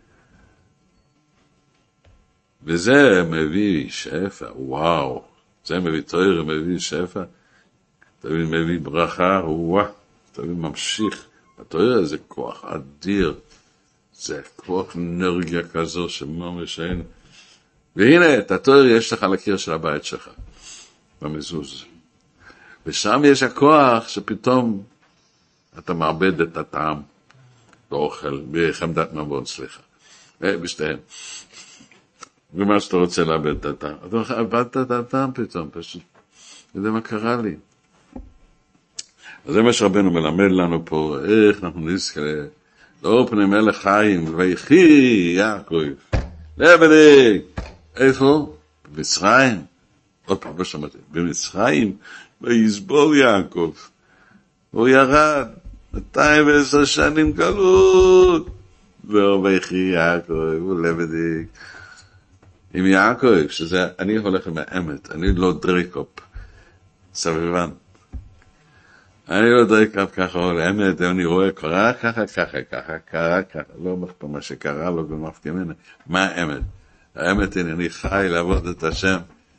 וזה מביא שפע, וואו. זה מביא תורה, מביא שפע. תבין, מביא ברכה, וואו. תבין, ממשיך. התורה זה כוח אדיר. זה כוח אנרגיה כזו שממש אין. והנה, את התורה יש לך על הקיר של הבית שלך. במזוז. ושם יש הכוח שפתאום אתה מאבד את הטעם באוכל, בחמדת ממון, סליחה. בשתיהם. ומה שאתה רוצה לאבד את הטעם. אתה אבדת את הטעם פתאום, פשוט. זה מה קרה לי. אז זה מה שרבנו מלמד לנו פה, איך אנחנו נזכה לאור פני מלך חיים, ויחי יעקב. לבדי! איפה? במצרים. עוד פעם, לא שמעתי. במצרים, ויסבול יעקב. הוא ירד, מאתיים ועשר שנים גלות. ויחי יעקב, הוא לבדי. עם יעקב, שזה, אני הולך עם האמת, אני לא דריקופ, סביבן. אני לא דריקופ ככה, האמת, אני רואה, קרה ככה, ככה, ככה, קרה ככה, לא מחפה מה שקרה, לא גמפתי ממנה. מה האמת? האמת היא, אני חי לעבוד את השם,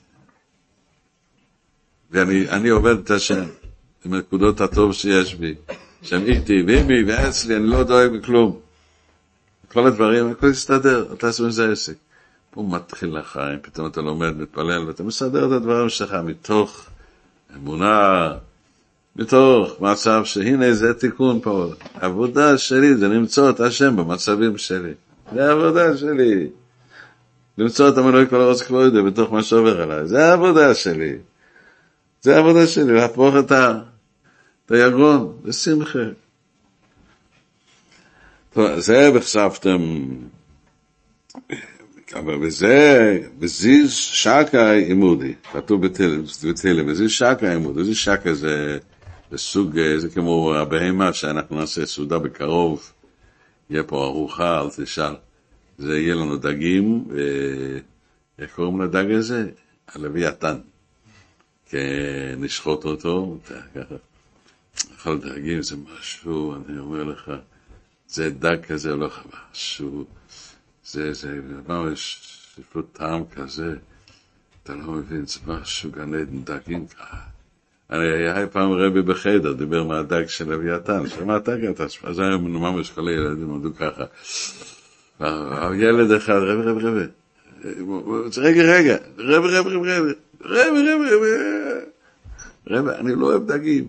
ואני אני עובד את השם, עם נקודות הטוב שיש בי, שהם איתי, ואימי, ואצלי, אני לא דואג בכלום. כל הדברים, הכל יסתדר, אתה עשו מזה עסק. פה מתחיל לחיים, פתאום אתה לומד, מתפלל, ואתה מסדר את הדברים שלך מתוך אמונה, מתוך מצב שהנה זה תיקון פה. העבודה שלי זה למצוא את השם במצבים שלי. זה העבודה שלי. למצוא את המנוי כל הרוץ כבודה בתוך מה שעובר עליי. זה העבודה שלי. זה העבודה שלי, להפוך את, ה... את היגון, זה שמחה. טוב, זה בחשפתם... אבל בזה, בזיז שקה עימודי, כתוב בתהילים, בזיז שקה עימודי, בזיז שקה זה, זה סוג, זה כמו הבהמה שאנחנו נעשה סעודה בקרוב, יהיה פה ארוחה, אל תשאל, זה יהיה לנו דגים, איך קוראים לדג הזה? הלוויתן, נשחוט אותו, ככה, אכל דגים זה משהו, אני אומר לך, זה דג כזה, לא משהו, זה, זה, ממש, יש לו טעם כזה, אתה לא מבין, זה משהו גן עדן, דגים ככה. אני היה פעם רבי בחדר, דיבר מהדג של לוויתן, שמעת ככה, אז היה ממש כל הילדים עמדו ככה. הילד אחד, רבי, רבי, רבי, רגע, רגע, רבי, רבי, רבי, רבי, רבי, רבי, רבי, רבי, אני לא אוהב דגים.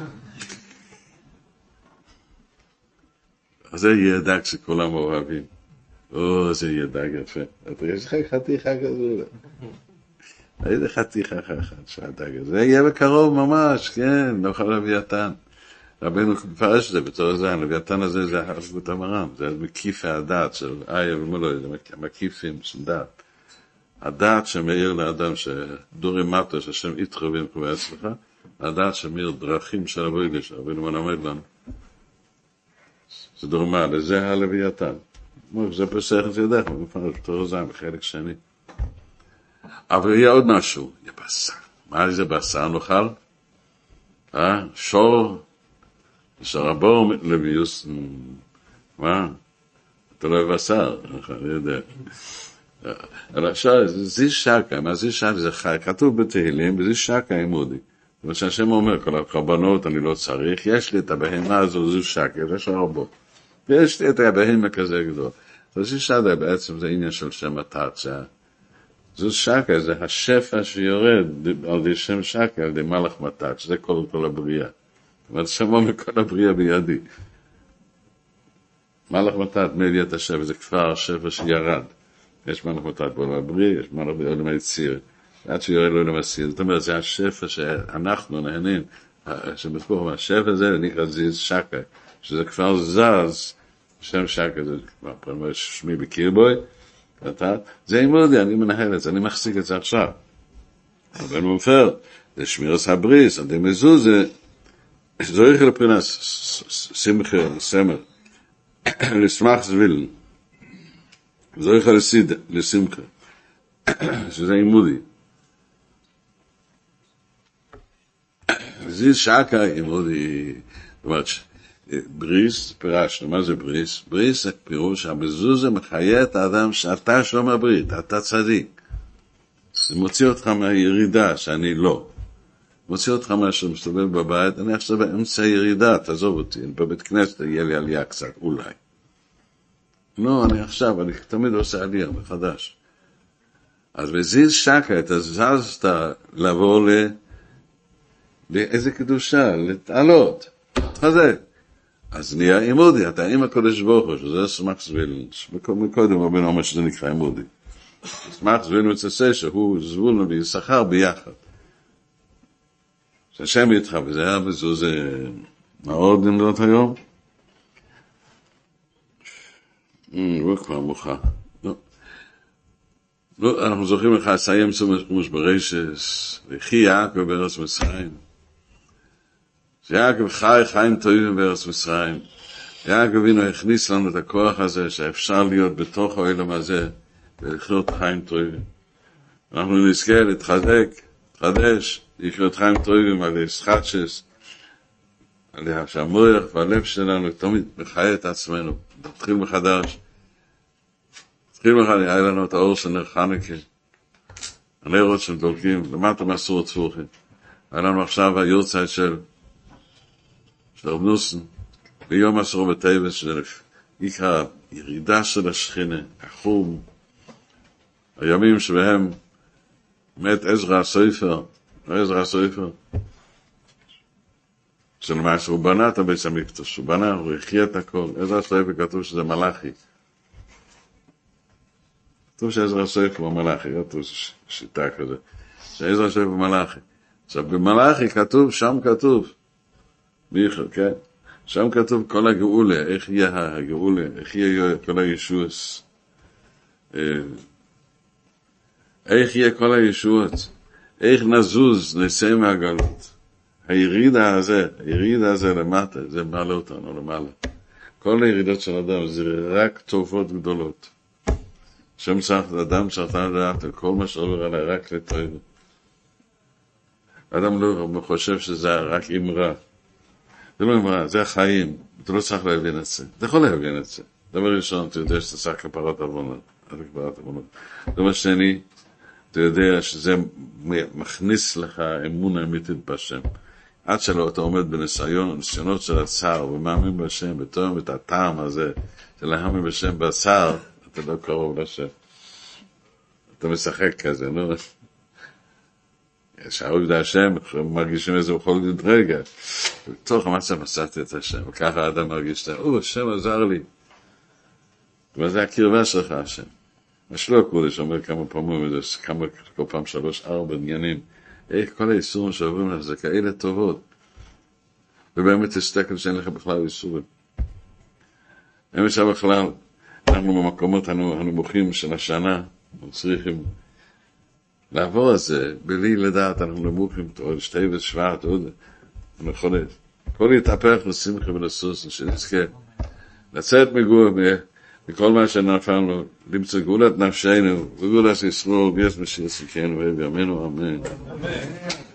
אז זה יהיה דג שכולם אוהבים. או, זה יהיה דג יפה. יש לך חתיכה כזו. איזה חתיכה אחת שהדג הזה. זה יהיה בקרוב ממש, כן, נאכל לוויתן. רבינו מפרש את זה בתור זה, הלוויתן הזה זה השבות המרם. זה מקיף הדעת של איה ומלוי, זה מקיפים של דעת. הדעת שמאיר לאדם שדורי מטו, שהשם יתחווים כבר אצלך, הדעת שמאיר דרכים של אבויגה, שרבינו מלמד לנו. זה דורמה, לזה הלוויתן. זה פסח את ידך, מפרש בתור זה בחלק שני. אבל יהיה עוד משהו, יהיה בשר. מה זה בשר נאכל? אה? שור, שרבור לביוס, מה? אתה לא אוהב בשר, אני יודע. אבל עכשיו, זה שקה, מה זה שקה? זה חי, כתוב בתהילים, וזה שקה עימודי. זאת אומרת שהשם אומר, כל הקרבנות אני לא צריך, יש לי את הבהמה הזו, זה שקה, זה שרבור. ויש לי את הבהמה כזה גדול. אז זה שקה בעצם זה עניין של שם התרצה. זה שקה, זה השפע שיורד על די שם שקה, על די מלאך מתת, זה כל כל הבריאה. זאת אומרת, שם אומר כל הבריאה בידי. מלאך מתת מביא את השפע, זה כבר השפע שירד. יש מלאך מתת בעולם הבריא, יש מלאך בעולם היציר. עד שיורד לעולם הסיר. זאת אומרת, זה השפע שאנחנו נהנים, שבספור השפע הזה נקרא זיז שקה, שזה כבר זז, שם שקה, זה כבר שמי בקיר בוי, זה עימודי, אני מנהל את זה, אני מחזיק את זה עכשיו. אבל מופר, זה שמירס הבריס, עדי מזוזה, זוריך לפרינס, שמחה, סמר, לשמח זווילן, זוריך לסיד, לשמחה, שזה עימודי. זה שקה עימודי, זאת אומרת, בריס, פירשנו, מה זה בריס? בריס זה פירוש, המזוזה מחיה את האדם שאתה שומר ברית, אתה צדיק. זה מוציא אותך מהירידה, שאני לא. מוציא אותך מהשם מסתובב בבית, אני עכשיו באמצע הירידה, תעזוב אותי, בבית כנסת יהיה לי עלייה קצת, אולי. לא, אני עכשיו, אני תמיד עושה עלייה מחדש. אז בזיז שקה, אתה זזת לבוא ל... לאיזה קדושה, להתעלות, תחזק. אז נהיה עימודי, אתה עם הקודש ברוך הוא, שזה סמך זבילן, מקודם רבינו אומר שזה נקרא עימודי. סמך זבילן מצסה שהוא זבולנו ויששכר ביחד. שהשם איתך, וזה היה בזו, זה מאוד נמדות היום. הוא כבר מוכר. לא, אנחנו זוכרים לך, סיים סומש ברשס, וכי יעקב בארץ מצרים. שיעקב חי חיים טובים בארץ מצרים. יעקב אבינו הכניס לנו את הכוח הזה, שאפשר להיות בתוך העולם הזה, ולחיות חיים טובים. אנחנו נזכה להתחזק, להתחדש, לחיות חיים טובים על ישחטשס, על השמוח והלב שלנו, תמיד מחיה את עצמנו. נתחיל מחדש. נתחיל מחדש, היה לנו את האור של נר חנוכה. הנרות שדולקים, למטה מסורת צפוחים. היה לנו עכשיו היורצייט של של רב נוסן, ביום עשרה בטבת, של עיקר ירידה של השכינה, החום, הימים שבהם מת עזרא הסופר, עזרא הסופר, שלמה שהוא בנה את הבית המקדש, הוא בנה, הוא החיה את הכל. עזרא הסופר כתוב שזה מלאכי. כתוב שעזרא הסופר הוא מלאכי, כתוב שיטה כזה, שעזרא הסופר הוא מלאכי. עכשיו במלאכי כתוב, שם כתוב, ביחד, כן? שם כתוב כל הגאולה, איך יהיה הגאולה, איך יהיה כל הישוס. איך יהיה כל הישועות? איך נזוז, נצא מהגלות? הירידה הזה, הירידה הזה למטה, זה מעלה אותנו למעלה. כל הירידות של אדם זה רק טובות גדולות. שם צריך, אדם צריך לדעת, כל מה שעובר עליי רק לטוב. אדם לא חושב שזה רק אמרה. זה לא אמרה, זה החיים. אתה לא צריך להבין את זה. אתה יכול להבין את זה. דבר ראשון, אתה יודע שאתה צריך כפרת עוונות. דבר שני, אתה יודע שזה מכניס לך אמון אמיתית בשם. עד שלא אתה עומד בניסיון, ניסיונות של הצער, ומאמין בשם, ותואם את הטעם הזה, של להאמין בשם בצער, אתה לא קרוב לשם. אתה משחק כזה, נו. שאהוב את השם, מרגישים איזה בכל רגע. בתוך המצב מצאתי את השם, וככה האדם מרגיש, או, השם עזר לי. וזה הקרבה שלך, השם. השלו הקודש אומר כמה פעמים, כמה, כל פעם שלוש, ארבע עניינים. איך כל האיסורים שעוברים לך, זה כאלה טובות. ובאמת תסתכל שאין לך בכלל איסורים. באמת שבכלל, אנחנו במקומות הנמוכים של השנה, צריכים לעבור על זה, בלי לדעת, אנחנו נמוכים, שתי ושבעת, עוד, אנחנו יכולים. הכל יתהפך לשמחה ולסוס, שנזכה. לצאת מגור, מכל מה שנפלנו, למצוא גאולת נפשנו, וגאולת ישראל, ויש משיח סוכנו, ויאמנו, אמן.